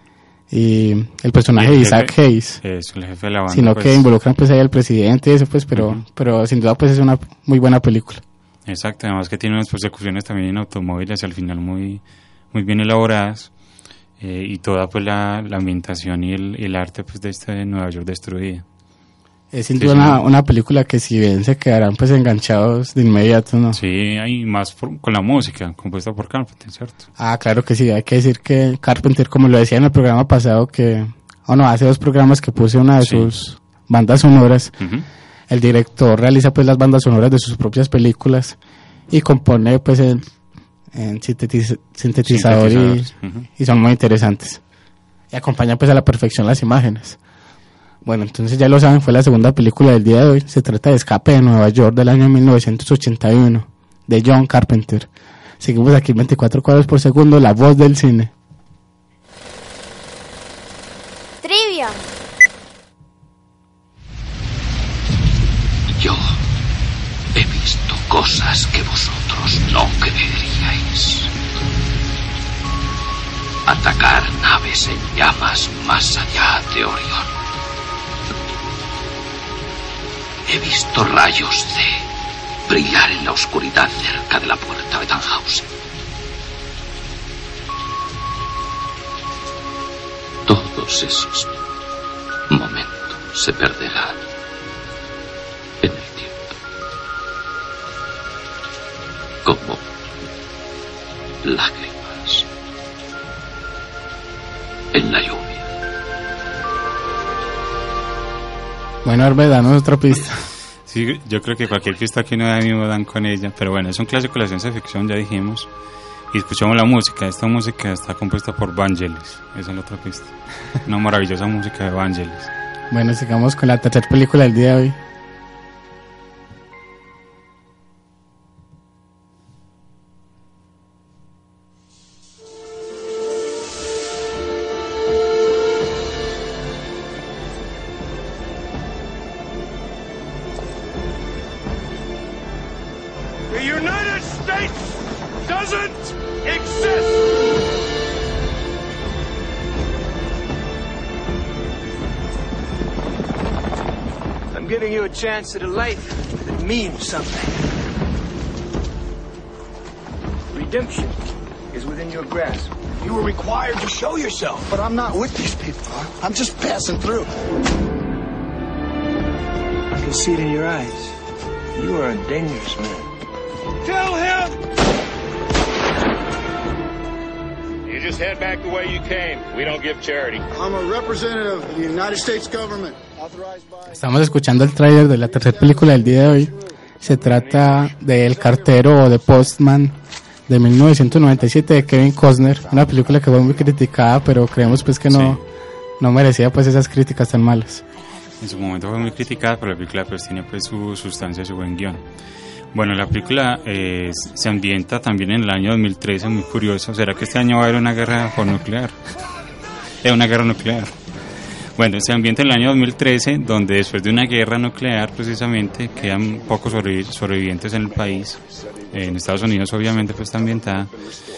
y el personaje de Isaac Hayes. Eso, el jefe de la banda. Sino pues, que involucran pues ahí al presidente y eso pues, pero, uh-huh. pero sin duda pues es una muy buena película. Exacto, además que tiene unas persecuciones también en automóviles al final muy, muy bien elaboradas eh, y toda pues la, la ambientación y el, el arte pues de este Nueva York destruida. Es sin duda sí, una, una película que si bien se quedarán pues enganchados de inmediato, ¿no? Sí, y más por, con la música compuesta por Carpenter, ¿cierto? Ah, claro que sí, hay que decir que Carpenter, como lo decía en el programa pasado, que, o oh no, hace dos programas que puse una de sí. sus bandas sonoras, uh-huh. el director realiza pues las bandas sonoras de sus propias películas y compone pues en, en sintetiz- sintetizador y, uh-huh. y son muy interesantes. Y acompaña pues a la perfección las imágenes. Bueno, entonces ya lo saben, fue la segunda película del día de hoy. Se trata de Escape de Nueva York del año mil novecientos ochenta y uno, de John Carpenter. Seguimos aquí en veinticuatro cuadros por segundo, la voz del cine. Trivia. Yo he visto cosas que vosotros no creeríais. Atacar naves en llamas más allá de Orión. He visto rayos de brillar en la oscuridad cerca de la puerta de Tannhausen. Todos esos momentos se perderán en el tiempo. Como lágrimas en la lluvia. Bueno, Arbe, danos otra pista. Sí, yo creo que cualquier pista que no da mismo dan con ella, pero bueno, es un clásico de la ciencia ficción, ya dijimos, y escuchamos la música. Esta música está compuesta por Vangelis, esa es la otra pista, una maravillosa música de Vangelis. Bueno, sigamos con la tercera película del día de hoy. Chance at a life that means something. Redemption is within your grasp. You were required to show yourself. But I'm not with these people. I'm just passing through. I can see it in your eyes. You are a dangerous man. Kill him! You just head back the way you came. We don't give charity. I'm a representative of the United States government. Estamos escuchando el tráiler de la tercera película del día de hoy. Se trata de El cartero o The Postman de mil novecientos noventa y siete de Kevin Costner, una película que fue muy criticada, pero creemos pues que no, sí. no merecía pues esas críticas tan malas. En su momento fue muy criticada, pero la película pues tiene pues su sustancia, su buen guión. Bueno, la película eh, se ambienta también en el año dos mil trece, muy curioso. ¿Será que este año va a haber una guerra nuclear? Es una guerra nuclear. Bueno, se ambienta en el año dos mil trece, donde después de una guerra nuclear, precisamente, quedan pocos sobrevivientes en el país. En Estados Unidos, obviamente, pues está ambientada.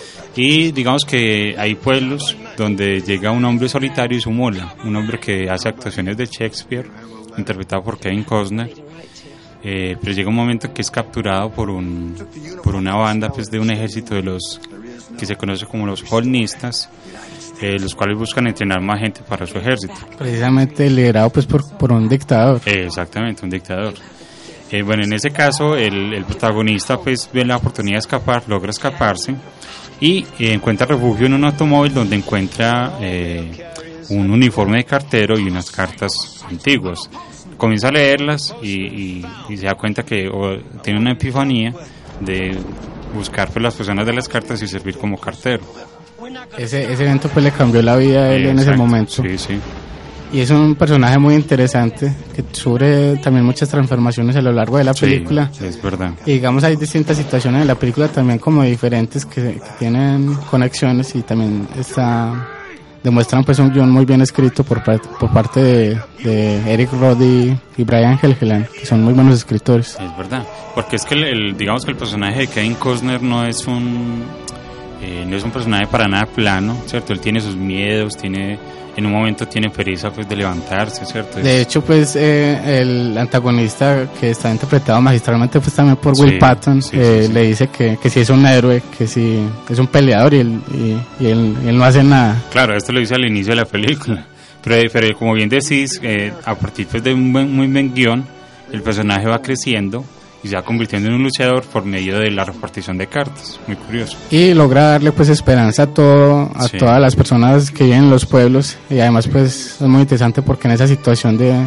Y digamos que hay pueblos donde llega un hombre solitario y su mula. Un hombre que hace actuaciones de Shakespeare, interpretado por Kevin Costner. Eh, pero llega un momento que es capturado por un por una banda pues de un ejército de los que se conoce como los holnistas, eh, los cuales buscan entrenar más gente para su ejército. Precisamente liderado pues por, por un dictador. Eh, exactamente, un dictador. Eh, bueno, en ese caso el, el protagonista pues ve la oportunidad de escapar, logra escaparse y eh, encuentra refugio en un automóvil donde encuentra eh, un uniforme de cartero y unas cartas antiguas. Comienza a leerlas y, y, y se da cuenta que o, tiene una epifanía de buscar pues las personas de las cartas y servir como cartero. Ese, ese evento pues le cambió la vida a él. Exacto, en ese momento. Sí, sí. Y es un personaje muy interesante que sufre también muchas transformaciones a lo largo de la película. Sí, es verdad. Y digamos hay distintas situaciones en la película también como diferentes que, que tienen conexiones y también está... demuestran pues un guión muy bien escrito por, por parte de, de Eric Roth y, y Brian Helgeland, que son muy buenos escritores. Es verdad, porque es que el, el, digamos que el personaje de Kevin Costner no es un eh, no es un personaje para nada plano, ¿cierto? Él tiene sus miedos, tiene en un momento tiene pereza pues de levantarse, ¿cierto? Es... De hecho pues eh, el antagonista que está interpretado magistralmente pues también por Will sí, Patton sí, eh, sí, sí. le dice que, que si es un héroe, que si es un peleador y él, y, y él, y él no hace nada. Claro, esto lo dice al inicio de la película, pero, pero como bien decís, eh, a partir pues, de un buen, muy buen guión, el personaje va creciendo y se va convirtiendo en un luchador por medio de la repartición de cartas, muy curioso. Y logra darle pues esperanza a todo a sí. todas las personas que viven en los pueblos, y además pues es muy interesante porque en esa situación de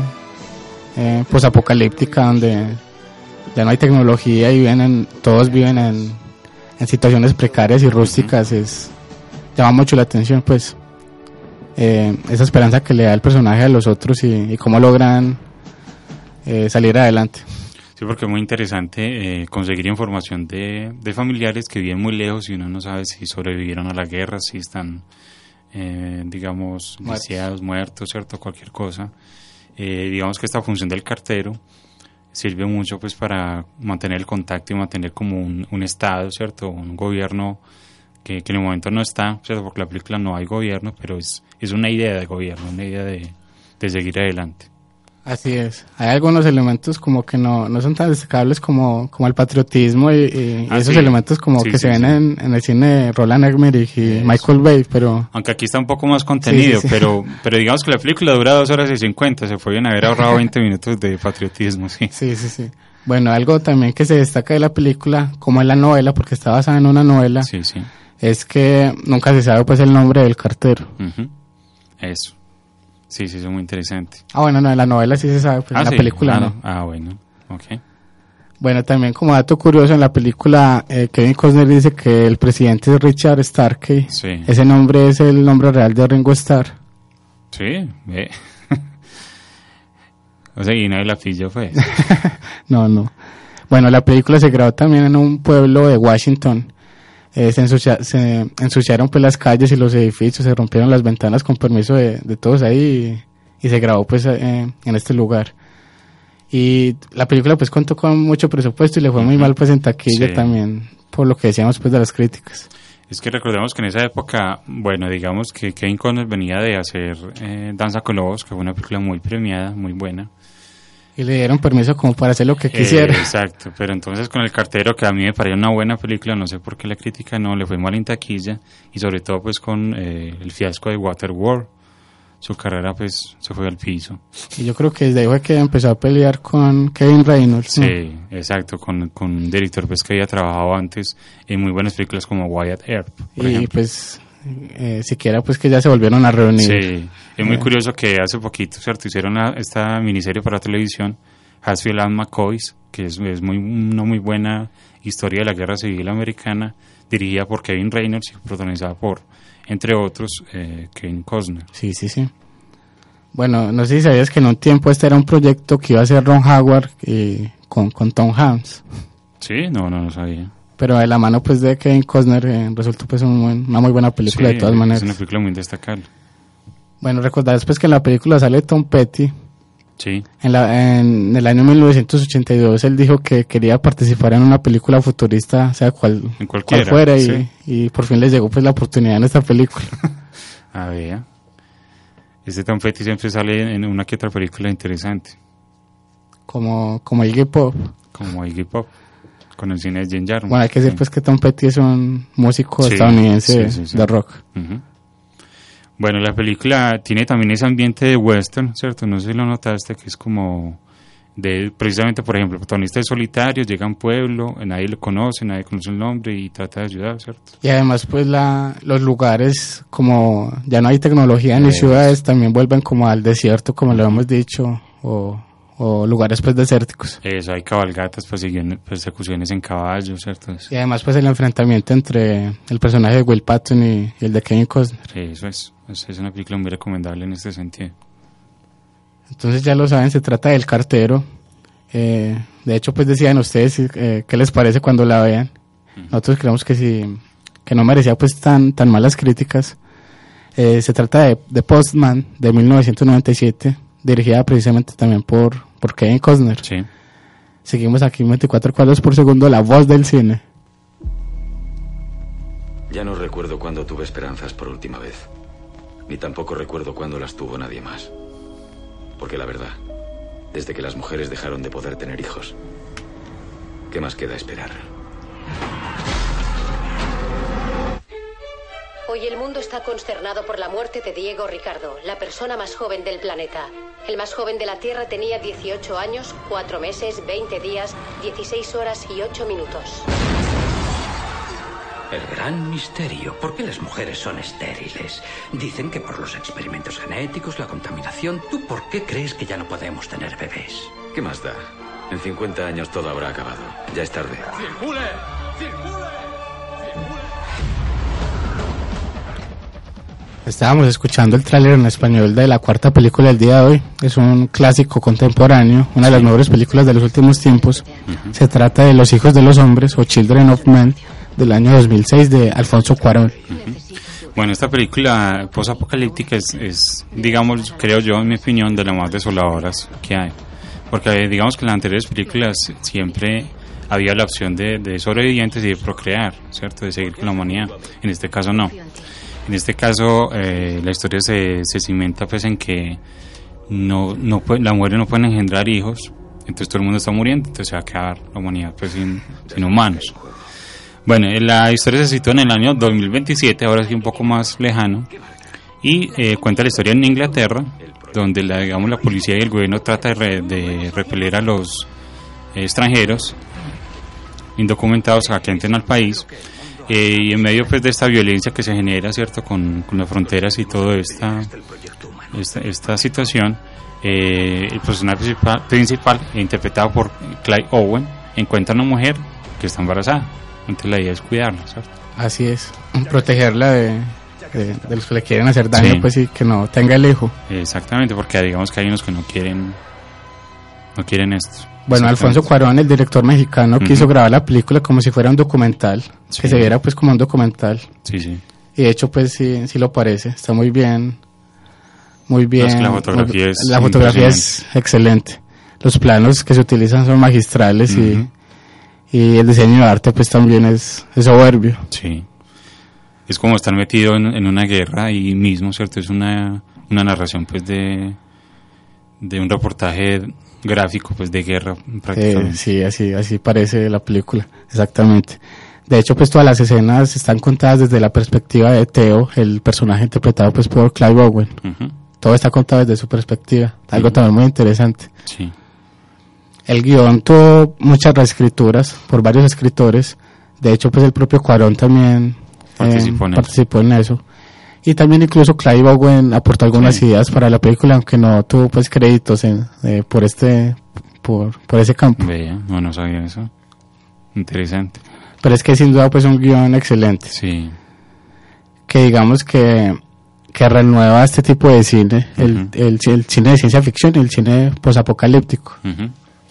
eh, pues apocalíptica donde ya no hay tecnología y viven en, todos viven en, en situaciones precarias y rústicas, uh-huh. es llama mucho la atención pues eh, esa esperanza que le da el personaje a los otros y, y cómo logran eh, salir adelante. Sí, porque es muy interesante eh, conseguir información de, de familiares que viven muy lejos y uno no sabe si sobrevivieron a la guerra, si están, eh, digamos, lisiados, muertos, ¿cierto? Cualquier cosa. Eh, digamos que esta función del cartero sirve mucho pues para mantener el contacto y mantener como un, un estado, ¿cierto? Un gobierno que, que en el momento no está, ¿cierto? Porque en la película no hay gobierno, pero es, es una idea de gobierno, una idea de, de seguir adelante. Así es, hay algunos elementos como que no, no son tan destacables como, como el patriotismo y, y ah, esos sí. elementos como sí, que sí, se ven sí. en, en el cine de Roland Emmerich y yes. Michael Bay, pero... Aunque aquí está un poco más contenido, sí, sí, sí. pero pero digamos que la película dura dos horas y cincuenta, se pueden haber ahorrado veinte minutos de patriotismo, sí. Sí, sí, sí. Bueno, algo también que se destaca de la película, como en la novela, porque está basada en una novela, sí, sí. es que nunca se sabe pues el nombre del cartero. Uh-huh. Eso. Sí, sí, es muy interesante. Ah, bueno, no, en la novela sí se sabe, pero ah, en la sí. película ah, no. Ah, bueno, ok. Bueno, también como dato curioso, en la película eh, Kevin Costner dice que el presidente es Richard Starkey. Sí. Ese nombre es el nombre real de Ringo Starr. Sí, ve. O sea, y nadie la pilló, pues. No, no. Bueno, la película se grabó también en un pueblo de Washington. Eh, se, ensucia, se ensuciaron pues las calles y los edificios, se rompieron las ventanas con permiso de, de todos ahí y, y se grabó pues eh, en este lugar. Y la película pues contó con mucho presupuesto y le fue muy mal pues en taquilla sí. también, por lo que decíamos pues de las críticas. Es que recordemos que en esa época, bueno, digamos que Kevin Costner venía de hacer eh, Danza con Lobos, que fue una película muy premiada, muy buena. Y le dieron permiso como para hacer lo que quisiera. Eh, exacto, pero entonces con El cartero, que a mí me pareció una buena película, no sé por qué la crítica no le fue mal en taquilla, y sobre todo pues con eh, el fiasco de Waterworld, su carrera pues se fue al piso. Y yo creo que desde ahí fue que empezó a pelear con Kevin Reynolds, ¿no? Sí, exacto, con, con un director pues que había trabajado antes en muy buenas películas como Wyatt Earp, por y ejemplo. pues eh, siquiera pues que ya se volvieron a reunir. Sí, es muy eh. curioso que hace poquito, ¿cierto? Hicieron la, esta miniserie para televisión, Hatfield and McCoys, que es, es muy, una muy buena historia de la Guerra Civil Americana, dirigida por Kevin Reynolds y protagonizada por, entre otros, eh, Kevin Costner. Sí, sí, sí. Bueno, no sé si sabías que en un tiempo este era un proyecto que iba a hacer Ron Howard eh, con, con Tom Hanks. Sí, no, no lo sabía. Pero de la mano pues de Kevin Costner eh, resultó pues un buen, una muy buena película, Sí, de todas maneras. es una película muy destacable. Bueno, recordad después que en la película sale Tom Petty. Sí. En, la, en el año mil novecientos ochenta y dos él dijo que quería participar en una película futurista, sea cual, En cualquiera, cual fuera, sí. y, y por fin les llegó pues la oportunidad en esta película. A ver, este Tom Petty siempre sale en una que otra película interesante. Como, como Iggy Pop. Como Iggy Pop, con el cine de Jane Jarmusch. Bueno, hay que decir sí. pues que Tom Petty es un músico Sí, estadounidense sí, sí, sí. de rock. Uh-huh. Bueno, la película tiene también ese ambiente de western, ¿cierto? No sé si lo notaste, que es como de, precisamente, por ejemplo, el protagonista es solitario, llega a un pueblo, nadie lo conoce, nadie conoce el nombre y trata de ayudar, ¿cierto? Y además pues la, los lugares, como ya no hay tecnología ni Eh, ciudades, también vuelven como al desierto, como lo hemos dicho, o, o lugares pues desérticos. Eso, hay cabalgatas, perseguiendo- persecuciones en caballo, ¿cierto? Y además pues el enfrentamiento entre el personaje de Will Patton y, y el de Kevin Costner. Eso es, es es una película muy recomendable en este sentido. Entonces ya lo saben, se trata del cartero. Eh, de hecho pues decían ustedes eh, qué les parece cuando la vean. Nosotros creemos que sí, que no merecía pues tan, tan malas críticas. Eh, se trata de The Postman de mil novecientos noventa y siete, dirigida precisamente también por, por Kevin Costner. Sí. Seguimos aquí en veinticuatro cuadros por segundo, la voz del cine. Ya no recuerdo cuándo tuve esperanzas por última vez. Ni tampoco recuerdo cuándo las tuvo nadie más. Porque la verdad, desde que las mujeres dejaron de poder tener hijos, ¿qué más queda esperar? Hoy el mundo está consternado por la muerte de Diego Ricardo, la persona más joven del planeta. El más joven de la Tierra tenía dieciocho años, cuatro meses, veinte días, dieciséis horas y ocho minutos. El gran misterio. ¿Por qué las mujeres son estériles? Dicen que por los experimentos genéticos, la contaminación. ¿Tú por qué crees que ya no podemos tener bebés? ¿Qué más da? En cincuenta años todo habrá acabado. Ya es tarde. ¡Circule! ¡Circule! Estábamos escuchando el tráiler en español de la cuarta película del día de hoy. Es un clásico contemporáneo, una de las mejores películas de los últimos tiempos. Uh-huh. Se trata de Los hijos de los hombres o Children of Men del año dos mil seis de Alfonso Cuarón. Uh-huh. Bueno, esta película posapocalíptica es, es, digamos, creo yo, en mi opinión, de las más desoladoras que hay. Porque digamos que en las anteriores películas siempre había la opción de, de sobrevivientes y de procrear, ¿cierto? De seguir con la humanidad. En este caso no. En este caso eh, la historia se, se cimenta pues en que no, no puede, las mujeres no pueden engendrar hijos, entonces todo el mundo está muriendo, entonces se va a quedar la humanidad pues sin, sin humanos. Bueno, la historia se sitúa en el año dos mil veintisiete, ahora sí un poco más lejano, y eh, cuenta la historia en Inglaterra, donde la, digamos, la policía y el gobierno trata de, re, de repeler a los eh, extranjeros indocumentados a que entren al país. Eh, y en medio pues de esta violencia que se genera, cierto, con, con las fronteras y toda esta, esta esta situación, eh, el personaje principal, principal interpretado por Clive Owen encuentra a una mujer que está embarazada, entonces la idea es cuidarla, ¿cierto? Así es, protegerla de, de, de los que le quieren hacer daño, sí. Pues y que no tenga el hijo. Exactamente, porque digamos que hay unos que no quieren no quieren esto. Bueno, Alfonso Cuarón, el director mexicano, uh-huh. quiso grabar la película como si fuera un documental, sí. que se viera pues como un documental. Sí, sí. Y de hecho pues sí, sí lo parece, está muy bien, muy bien. No, es que la fotografía muy, es La fotografía es excelente. Los planos que se utilizan son magistrales uh-huh. y, y el diseño de arte pues también es, es soberbio. Sí. Es como estar metido en, en una guerra y mismo, ¿cierto? Es una, una narración pues de, de un reportaje gráfico pues de guerra prácticamente. Eh, sí, así, así parece la película, exactamente. De hecho, pues todas las escenas están contadas desde la perspectiva de Theo, el personaje interpretado pues por Clive Owen. Uh-huh. Todo está contado desde su perspectiva, algo uh-huh. también muy interesante. Sí. El guión tuvo muchas reescrituras por varios escritores. De hecho, pues el propio Cuarón también participó, eh, en, participó en eso. Y también incluso Clive Owen aportó algunas sí. ideas para la película, aunque no tuvo pues créditos en, eh, por este por por ese campo. Vea, no, no sabía eso. Interesante. Pero es que sin duda pues un guión excelente. Sí. Que digamos que que renueva este tipo de cine, uh-huh. el, el, el cine de ciencia ficción y el cine posapocalíptico. Uh-huh.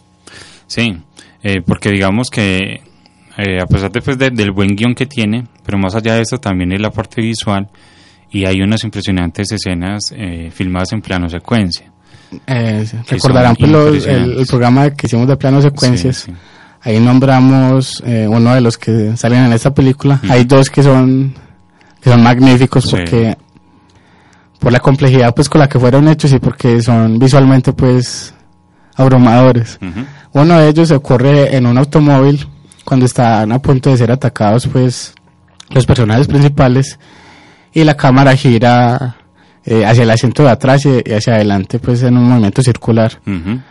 Sí, eh, porque digamos que eh, a pesar de, pues, de, del buen guión que tiene, pero más allá de eso también es la parte visual y hay unas impresionantes escenas eh, filmadas en plano secuencia. Eh, recordarán pues, los, el, el programa que hicimos de plano secuencias. Sí, sí. Ahí nombramos eh, uno de los que salen en esta película. Uh-huh. Hay dos que son que son magníficos sí. porque por la complejidad pues con la que fueron hechos y porque son visualmente pues abrumadores. Uh-huh. Uno de ellos ocurre en un automóvil cuando están a punto de ser atacados pues los personajes principales y la cámara gira eh, hacia el asiento de atrás y, y hacia adelante pues en un movimiento circular. Uh-huh.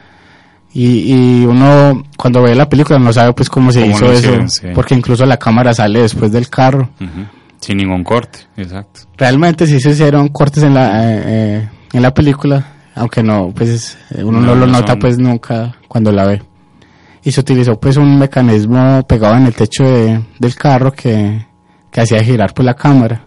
y, y uno cuando ve la película no sabe pues cómo se hizo eso hicieron, sí. porque incluso la cámara sale después del carro. Uh-huh. Sin ningún corte, exacto. Realmente sí se hicieron cortes en la eh, eh, en la película, aunque no, pues uno no, no lo no nota son... pues nunca cuando la ve. Y se utilizó pues un mecanismo pegado en el techo de, del carro que, que hacía girar pues la cámara.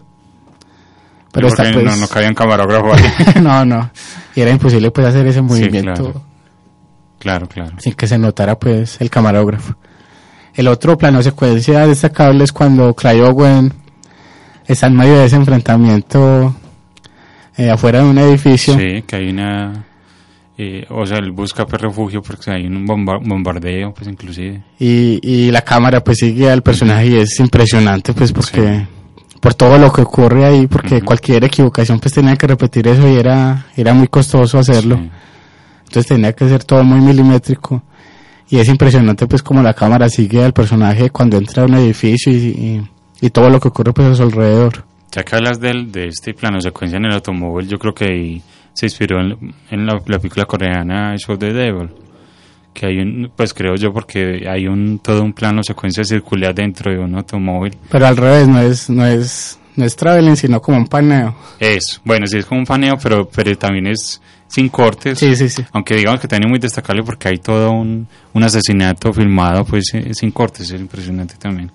Pero esta, pues, no, no cabía un camarógrafo ahí. no, no. Y era imposible pues hacer ese movimiento. Sí, claro. claro, claro. Sin que se notara pues el camarógrafo. El otro plano de secuencia destacable es cuando Clive Owen está en medio de ese enfrentamiento eh, afuera de un edificio. Sí, que hay una... Eh, o sea, él busca pues refugio porque hay un bomba- bombardeo, pues inclusive. Y, y la cámara pues sigue al personaje y es impresionante pues porque... Sí. por todo lo que ocurre ahí, porque uh-huh. cualquier equivocación pues tenía que repetir eso y era, era muy costoso hacerlo. Sí. Entonces tenía que ser todo muy milimétrico. Y es impresionante pues como la cámara sigue al personaje cuando entra a un edificio y... y y todo lo que ocurre pues a su alrededor. Ya que hablas de, de este plano secuencia en el automóvil, yo creo que ahí se inspiró en, en la, la película coreana Show the Devil, que hay un, pues creo yo porque hay un todo un plano secuencia circular dentro de un automóvil. Pero al revés, no es no es no es traveling, sino como un paneo. Eso, bueno, sí es como un paneo, pero pero también es sin cortes. Sí, sí, sí. Aunque digamos que también es muy destacable porque hay todo un, un asesinato filmado pues sin cortes, es impresionante también.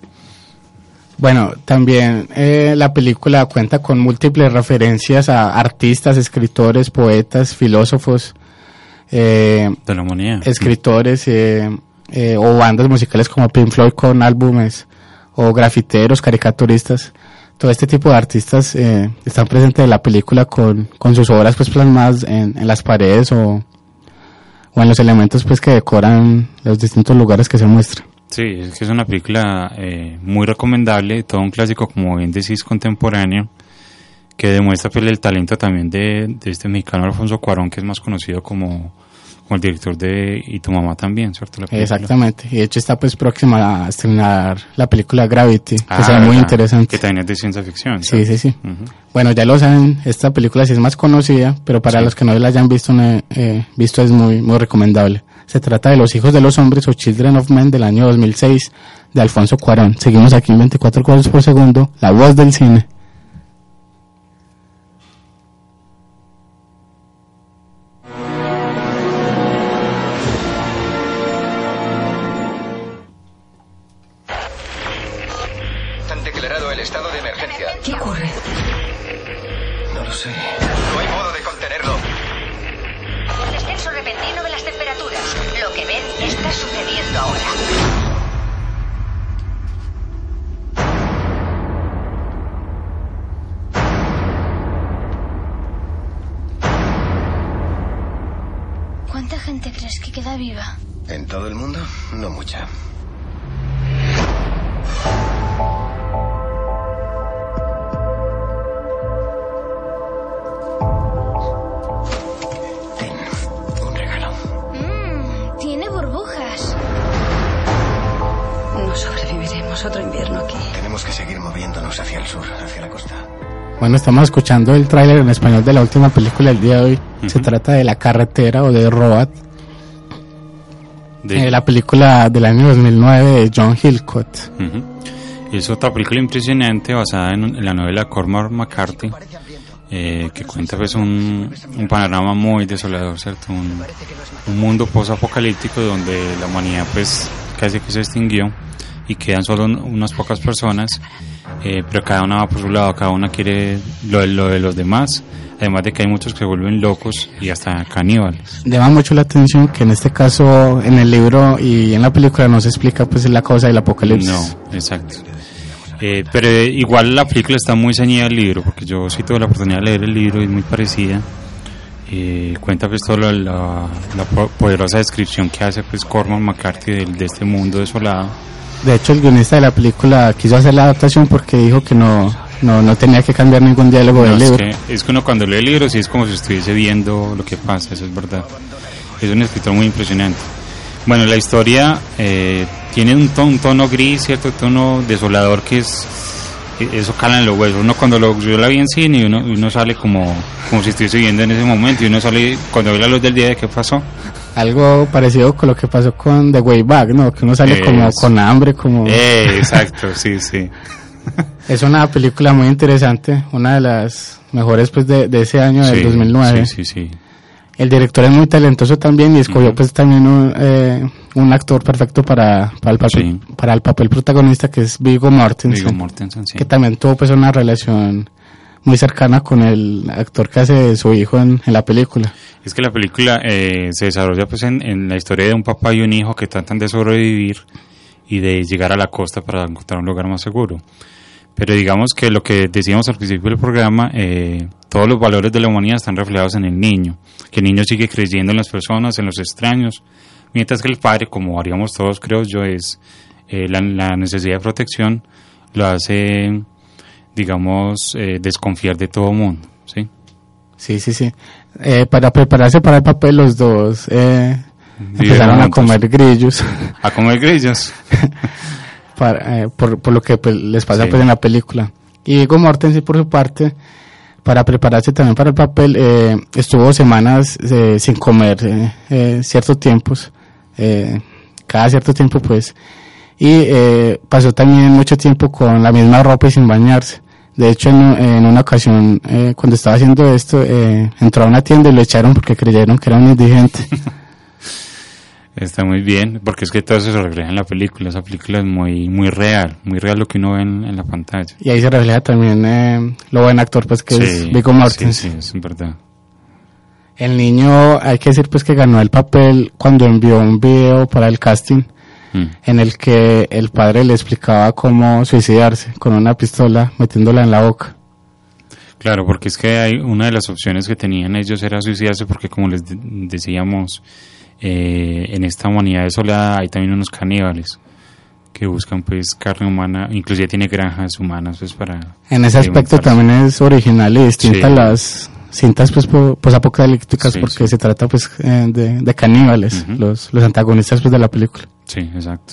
Bueno, también eh, la película cuenta con múltiples referencias a artistas, escritores, poetas, filósofos, eh, de la humanidad, escritores eh, eh, o bandas musicales como Pink Floyd con álbumes, o grafiteros, caricaturistas. Todo este tipo de artistas eh, están presentes en la película con, con sus obras pues plasmadas en, en las paredes o, o en los elementos pues que decoran los distintos lugares que se muestran. Sí, es que es una película eh, muy recomendable, todo un clásico, como bien decís, contemporáneo, que demuestra pues, el talento también de, de este mexicano Alfonso Cuarón, que es más conocido como, como el director de Y tu mamá también, ¿cierto? La Exactamente, y de hecho está pues próxima a estrenar la película Gravity, que ah, será muy interesante. Que también es de ciencia ficción. Sí, ¿sabes? sí, sí. Uh-huh. Bueno, ya lo saben, esta película sí es más conocida, pero para sí. los que no la hayan visto, eh, visto es muy, muy recomendable. Se trata de Los hijos de los hombres o Children of Men del año dos mil seis de Alfonso Cuarón. Seguimos aquí en veinticuatro cuadros por segundo, la voz del cine. Han declarado el estado de emergencia. ¿Qué ocurre? No lo sé. No hay modo de contenerlo. Descenso repentino de las temperaturas. Lo que ven está sucediendo ahora. ¿Cuánta gente crees que queda viva? ¿En todo el mundo? No mucha. Mm. invierno aquí. Tenemos que seguir moviéndonos hacia el sur, hacia la costa. Bueno, estamos escuchando el tráiler en español de la última película del día de hoy. Uh-huh. Se trata de La Carretera o de Road. De... Eh, la película del año dos mil nueve de John Hillcoat. Uh-huh. Es otra película impresionante basada en, en la novela Cormac McCarthy, eh, que cuenta pues un, un panorama muy desolador, ¿cierto? Un, un mundo post-apocalíptico donde la humanidad pues casi que se extinguió y quedan solo un, unas pocas personas, eh, pero cada una va por su lado, cada una quiere lo, lo de los demás, además de que hay muchos que se vuelven locos y hasta caníbales. Llama mucho la atención que en este caso, en el libro y en la película no se explica pues la causa del apocalipsis. No, exacto. Eh, pero eh, igual la película está muy ceñida al libro, porque yo sí tuve la oportunidad de leer el libro y es muy parecida. Eh, cuenta pues toda la, la, la poderosa descripción que hace pues Cormac McCarthy de, de este mundo desolado. De hecho, el guionista de la película quiso hacer la adaptación porque dijo que no no no tenía que cambiar ningún diálogo no, del es libro. Que, es que uno cuando lee el libro sí es como si estuviese viendo lo que pasa, eso es verdad. Es un escritor muy impresionante. Bueno, la historia eh, tiene un tono, un tono gris, cierto, tono desolador que es eso cala en los huesos. Uno cuando lo, yo la vi en cine y uno, uno sale como como si estuviese viviendo en ese momento y uno sale cuando ve la luz del día de qué pasó. Algo parecido con lo que pasó con The Way Back, ¿no? Que uno sale es, como con hambre, como... Eh, exacto, sí, sí. Es una película muy interesante, una de las mejores pues de, de ese año, sí, del dos mil nueve. Sí, sí, sí. El director es muy talentoso también y escogió uh-huh. pues también un, eh, un actor perfecto para, para, el papel, sí. para el papel protagonista, que es Viggo Mortensen. Viggo Mortensen, sí. Que también tuvo pues una relación muy cercana con el actor que hace de su hijo en, en la película. Es que la película eh, se desarrolla pues en, en la historia de un papá y un hijo que tratan de sobrevivir y de llegar a la costa para encontrar un lugar más seguro. Pero digamos que lo que decíamos al principio del programa, eh, todos los valores de la humanidad están reflejados en el niño, que el niño sigue creyendo en las personas, en los extraños, mientras que el padre, como haríamos todos creo yo, es eh, la, la necesidad de protección, lo hace, digamos, eh, desconfiar de todo mundo, ¿sí? Sí, sí, sí. Eh, para prepararse para el papel los dos eh, empezaron a comer grillos. A comer grillos. Para, eh, por, por lo que pues, les pasa sí. pues en la película. Y Viggo Mortensen por su parte, para prepararse también para el papel, eh, estuvo semanas eh, sin comer eh, eh, ciertos tiempos, eh, cada cierto tiempo pues, y eh, pasó también mucho tiempo con la misma ropa y sin bañarse. De hecho, en, en una ocasión, eh, cuando estaba haciendo esto, eh, entró a una tienda y lo echaron porque creyeron que era un indigente. Está muy bien, porque es que todo eso se refleja en la película. Esa película es muy muy real, muy real lo que uno ve en, en la pantalla. Y ahí se refleja también eh, lo buen actor pues que sí, es Viggo Mortensen. Sí, sí, es verdad. El niño, hay que decir pues que ganó el papel cuando envió un video para el casting, mm. en el que el padre le explicaba cómo suicidarse con una pistola metiéndola en la boca. Claro, porque es que hay una de las opciones que tenían ellos era suicidarse, porque como les de- decíamos... Eh, en esta humanidad desolada hay también unos caníbales que buscan pues carne humana, inclusive tiene granjas humanas pues para... En ese aspecto también es original y distinta a sí. las cintas pues posapocalípticas sí, porque sí. se trata pues eh, de, de caníbales, uh-huh. los, los antagonistas pues de la película. Sí, exacto.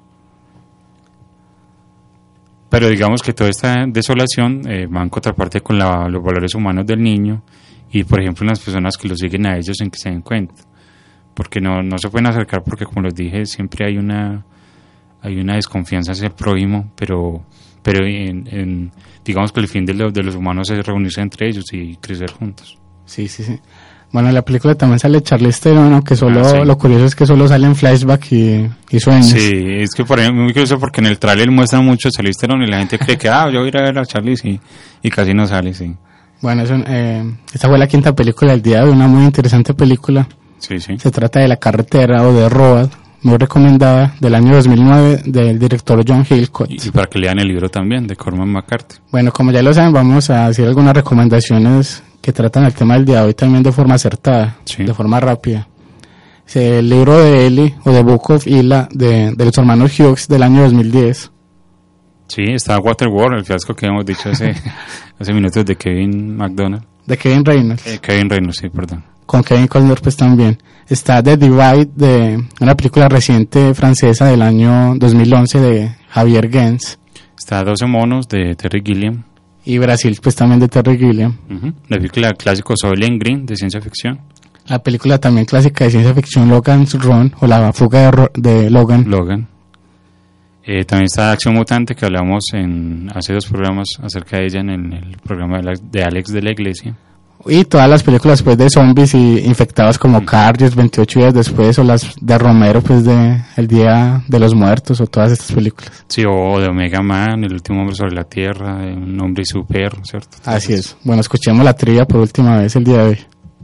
Pero digamos que toda esta desolación eh, va en contraparte con la, los valores humanos del niño y por ejemplo las personas que lo siguen a ellos en que se den cuenta. Porque no no se pueden acercar porque como les dije siempre hay una hay una desconfianza hacia el prójimo, pero pero en, en, digamos que el fin de, lo, de los humanos es reunirse entre ellos y crecer juntos. Sí, sí, sí. Bueno, en la película también sale Charlize Theron, ¿no? Que solo, ah, sí. lo curioso es que solo sale en flashback y, y sueños. Sí, es que por ejemplo, muy curioso porque en el tráiler muestran mucho a Charlize Theron y la gente cree que, ah, yo voy a ir a ver a Charlize y, y casi no sale, sí. Bueno, eso, eh, esta fue la quinta película del día de hoy, una muy interesante película. Sí, sí. Se trata de La Carretera o de Road, muy recomendada, del año dos mil nueve, del director John Hillcoat. Y, y para que lean el libro también, de Cormac McCarthy. Bueno, como ya lo saben, vamos a hacer algunas recomendaciones que tratan el tema del día de hoy también de forma acertada, sí. de forma rápida. El libro de Eli, o The Book of Eli, de, de los hermanos Hughes, del año dos mil diez. Sí, está Waterworld, el fiasco que hemos dicho hace, hace minutos de Kevin McDonald. De Kevin Reynolds. Eh, Kevin Reynolds, sí, perdón. Con Kevin Costner pues también. Está The Divide, de una película reciente francesa del año dos mil once de Javier Gens. Está doce monos de Terry Gilliam. Y Brasil, pues también de Terry Gilliam. Uh-huh. La película clásico Soylent Green de ciencia ficción. La película también clásica de ciencia ficción Logan's Run, o La fuga de, Ro- de Logan. Logan. Eh, también está Acción Mutante, que hablamos en hace dos programas acerca de ella en el, el programa de, la, de Alex de la Iglesia. Y todas las películas pues de zombies y infectados como mm. Cardios, veintiocho días después, o las de Romero pues de El Día de los Muertos, o todas estas películas. Sí, o de Omega Man, El Último Hombre sobre la Tierra, de Un Hombre y su Perro, ¿cierto? Así es. Bueno, escuchemos la trivia por última vez el día de hoy.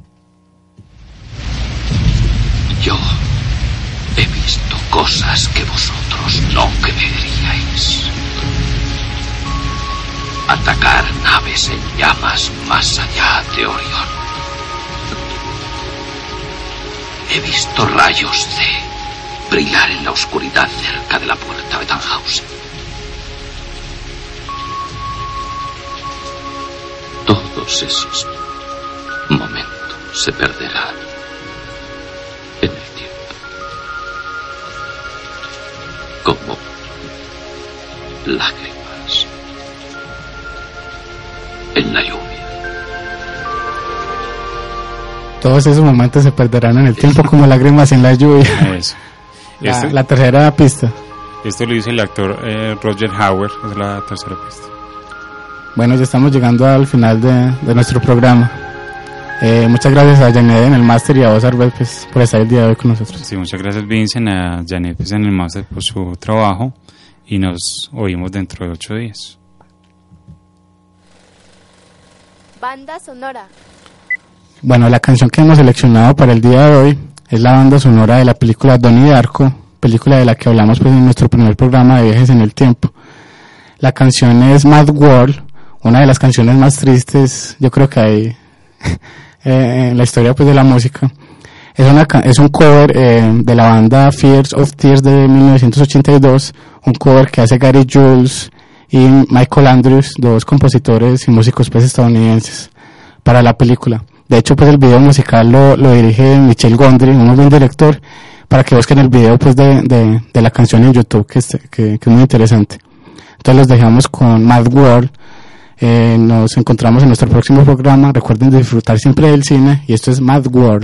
Yo he visto cosas que vosotros no creeríais. Atacar naves en llamas más allá de Orión. He visto rayos de brillar en la oscuridad cerca de la puerta de Tannhausen. Todos esos momentos se perderán en el tiempo, como lágrimas en la lluvia. Todos esos momentos se perderán en el tiempo como lágrimas en la lluvia. Eso. La, Este, la tercera pista. Esto lo dice el actor eh, Roger Hauer, es la tercera pista. Bueno, ya estamos llegando al final de, de nuestro programa. Eh, muchas gracias a Janet en el máster y a vos, Arbel, pues, por estar el día de hoy con nosotros. Sí, muchas gracias, Vincent, a Janet pues, en el máster por su trabajo, y nos oímos dentro de ocho días. Banda sonora. Bueno, la canción que hemos seleccionado para el día de hoy es la banda sonora de la película Donnie Darko, película de la que hablamos pues en nuestro primer programa de Viajes en el Tiempo. La canción es Mad World, una de las canciones más tristes, yo creo que hay eh, en la historia pues de la música. Es una es un cover eh, de la banda Fears of Tears de mil novecientos ochenta y dos, un cover que hace Gary Jules y Michael Andrews, dos compositores y músicos pues estadounidenses, para la película. De hecho, pues el video musical lo, lo dirige Michel Gondry, un muy buen director, para que busquen el video pues de, de, de la canción en YouTube, que, este, que, que es muy interesante. Entonces los dejamos con Mad World. Eh, nos encontramos en nuestro próximo programa. Recuerden disfrutar siempre del cine, y esto es Mad World.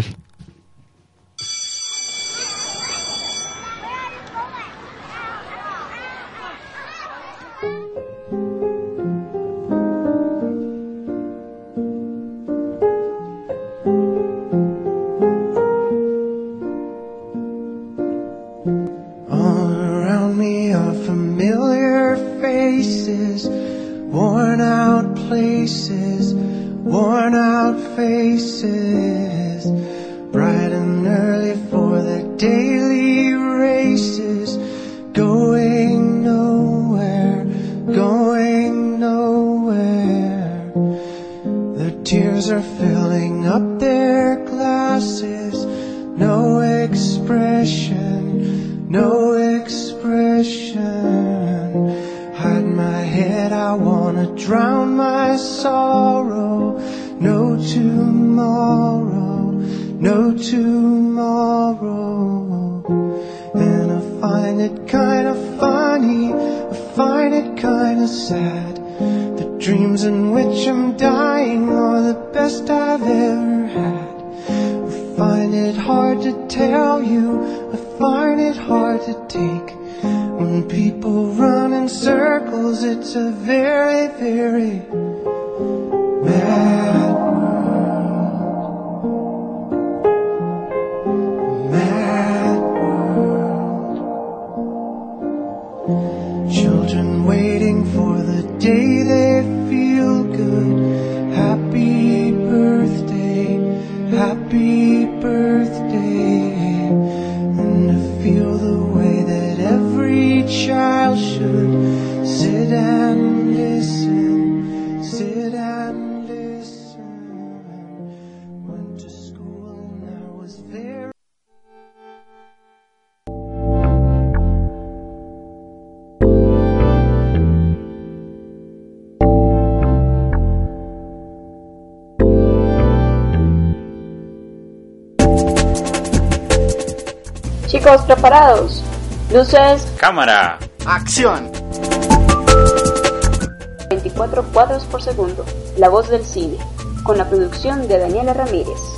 Worn out places, worn out faces, bright and early for the daily races, going nowhere, going nowhere. The tears are filling up their glasses, no expression, no expression. Hide my head, I wanna drown my sorrow. No tomorrow, no tomorrow. And I find it kinda funny, I find it kinda sad. The dreams in which I'm dying are the best I've ever had. I find it hard to tell you, I find it hard to take. When people run in circles, it's a very, very mad world. Mad world. Children waiting for the day they feel good. Happy birthday, happy birthday. And to feel the way that every child should sit and listen, sit and listen. Went to school and I was very Chicos, ¿preparados? Luces. Cámara. acción. veinticuatro cuadros por segundo, La Voz del Cine, con la producción de Daniela Ramírez.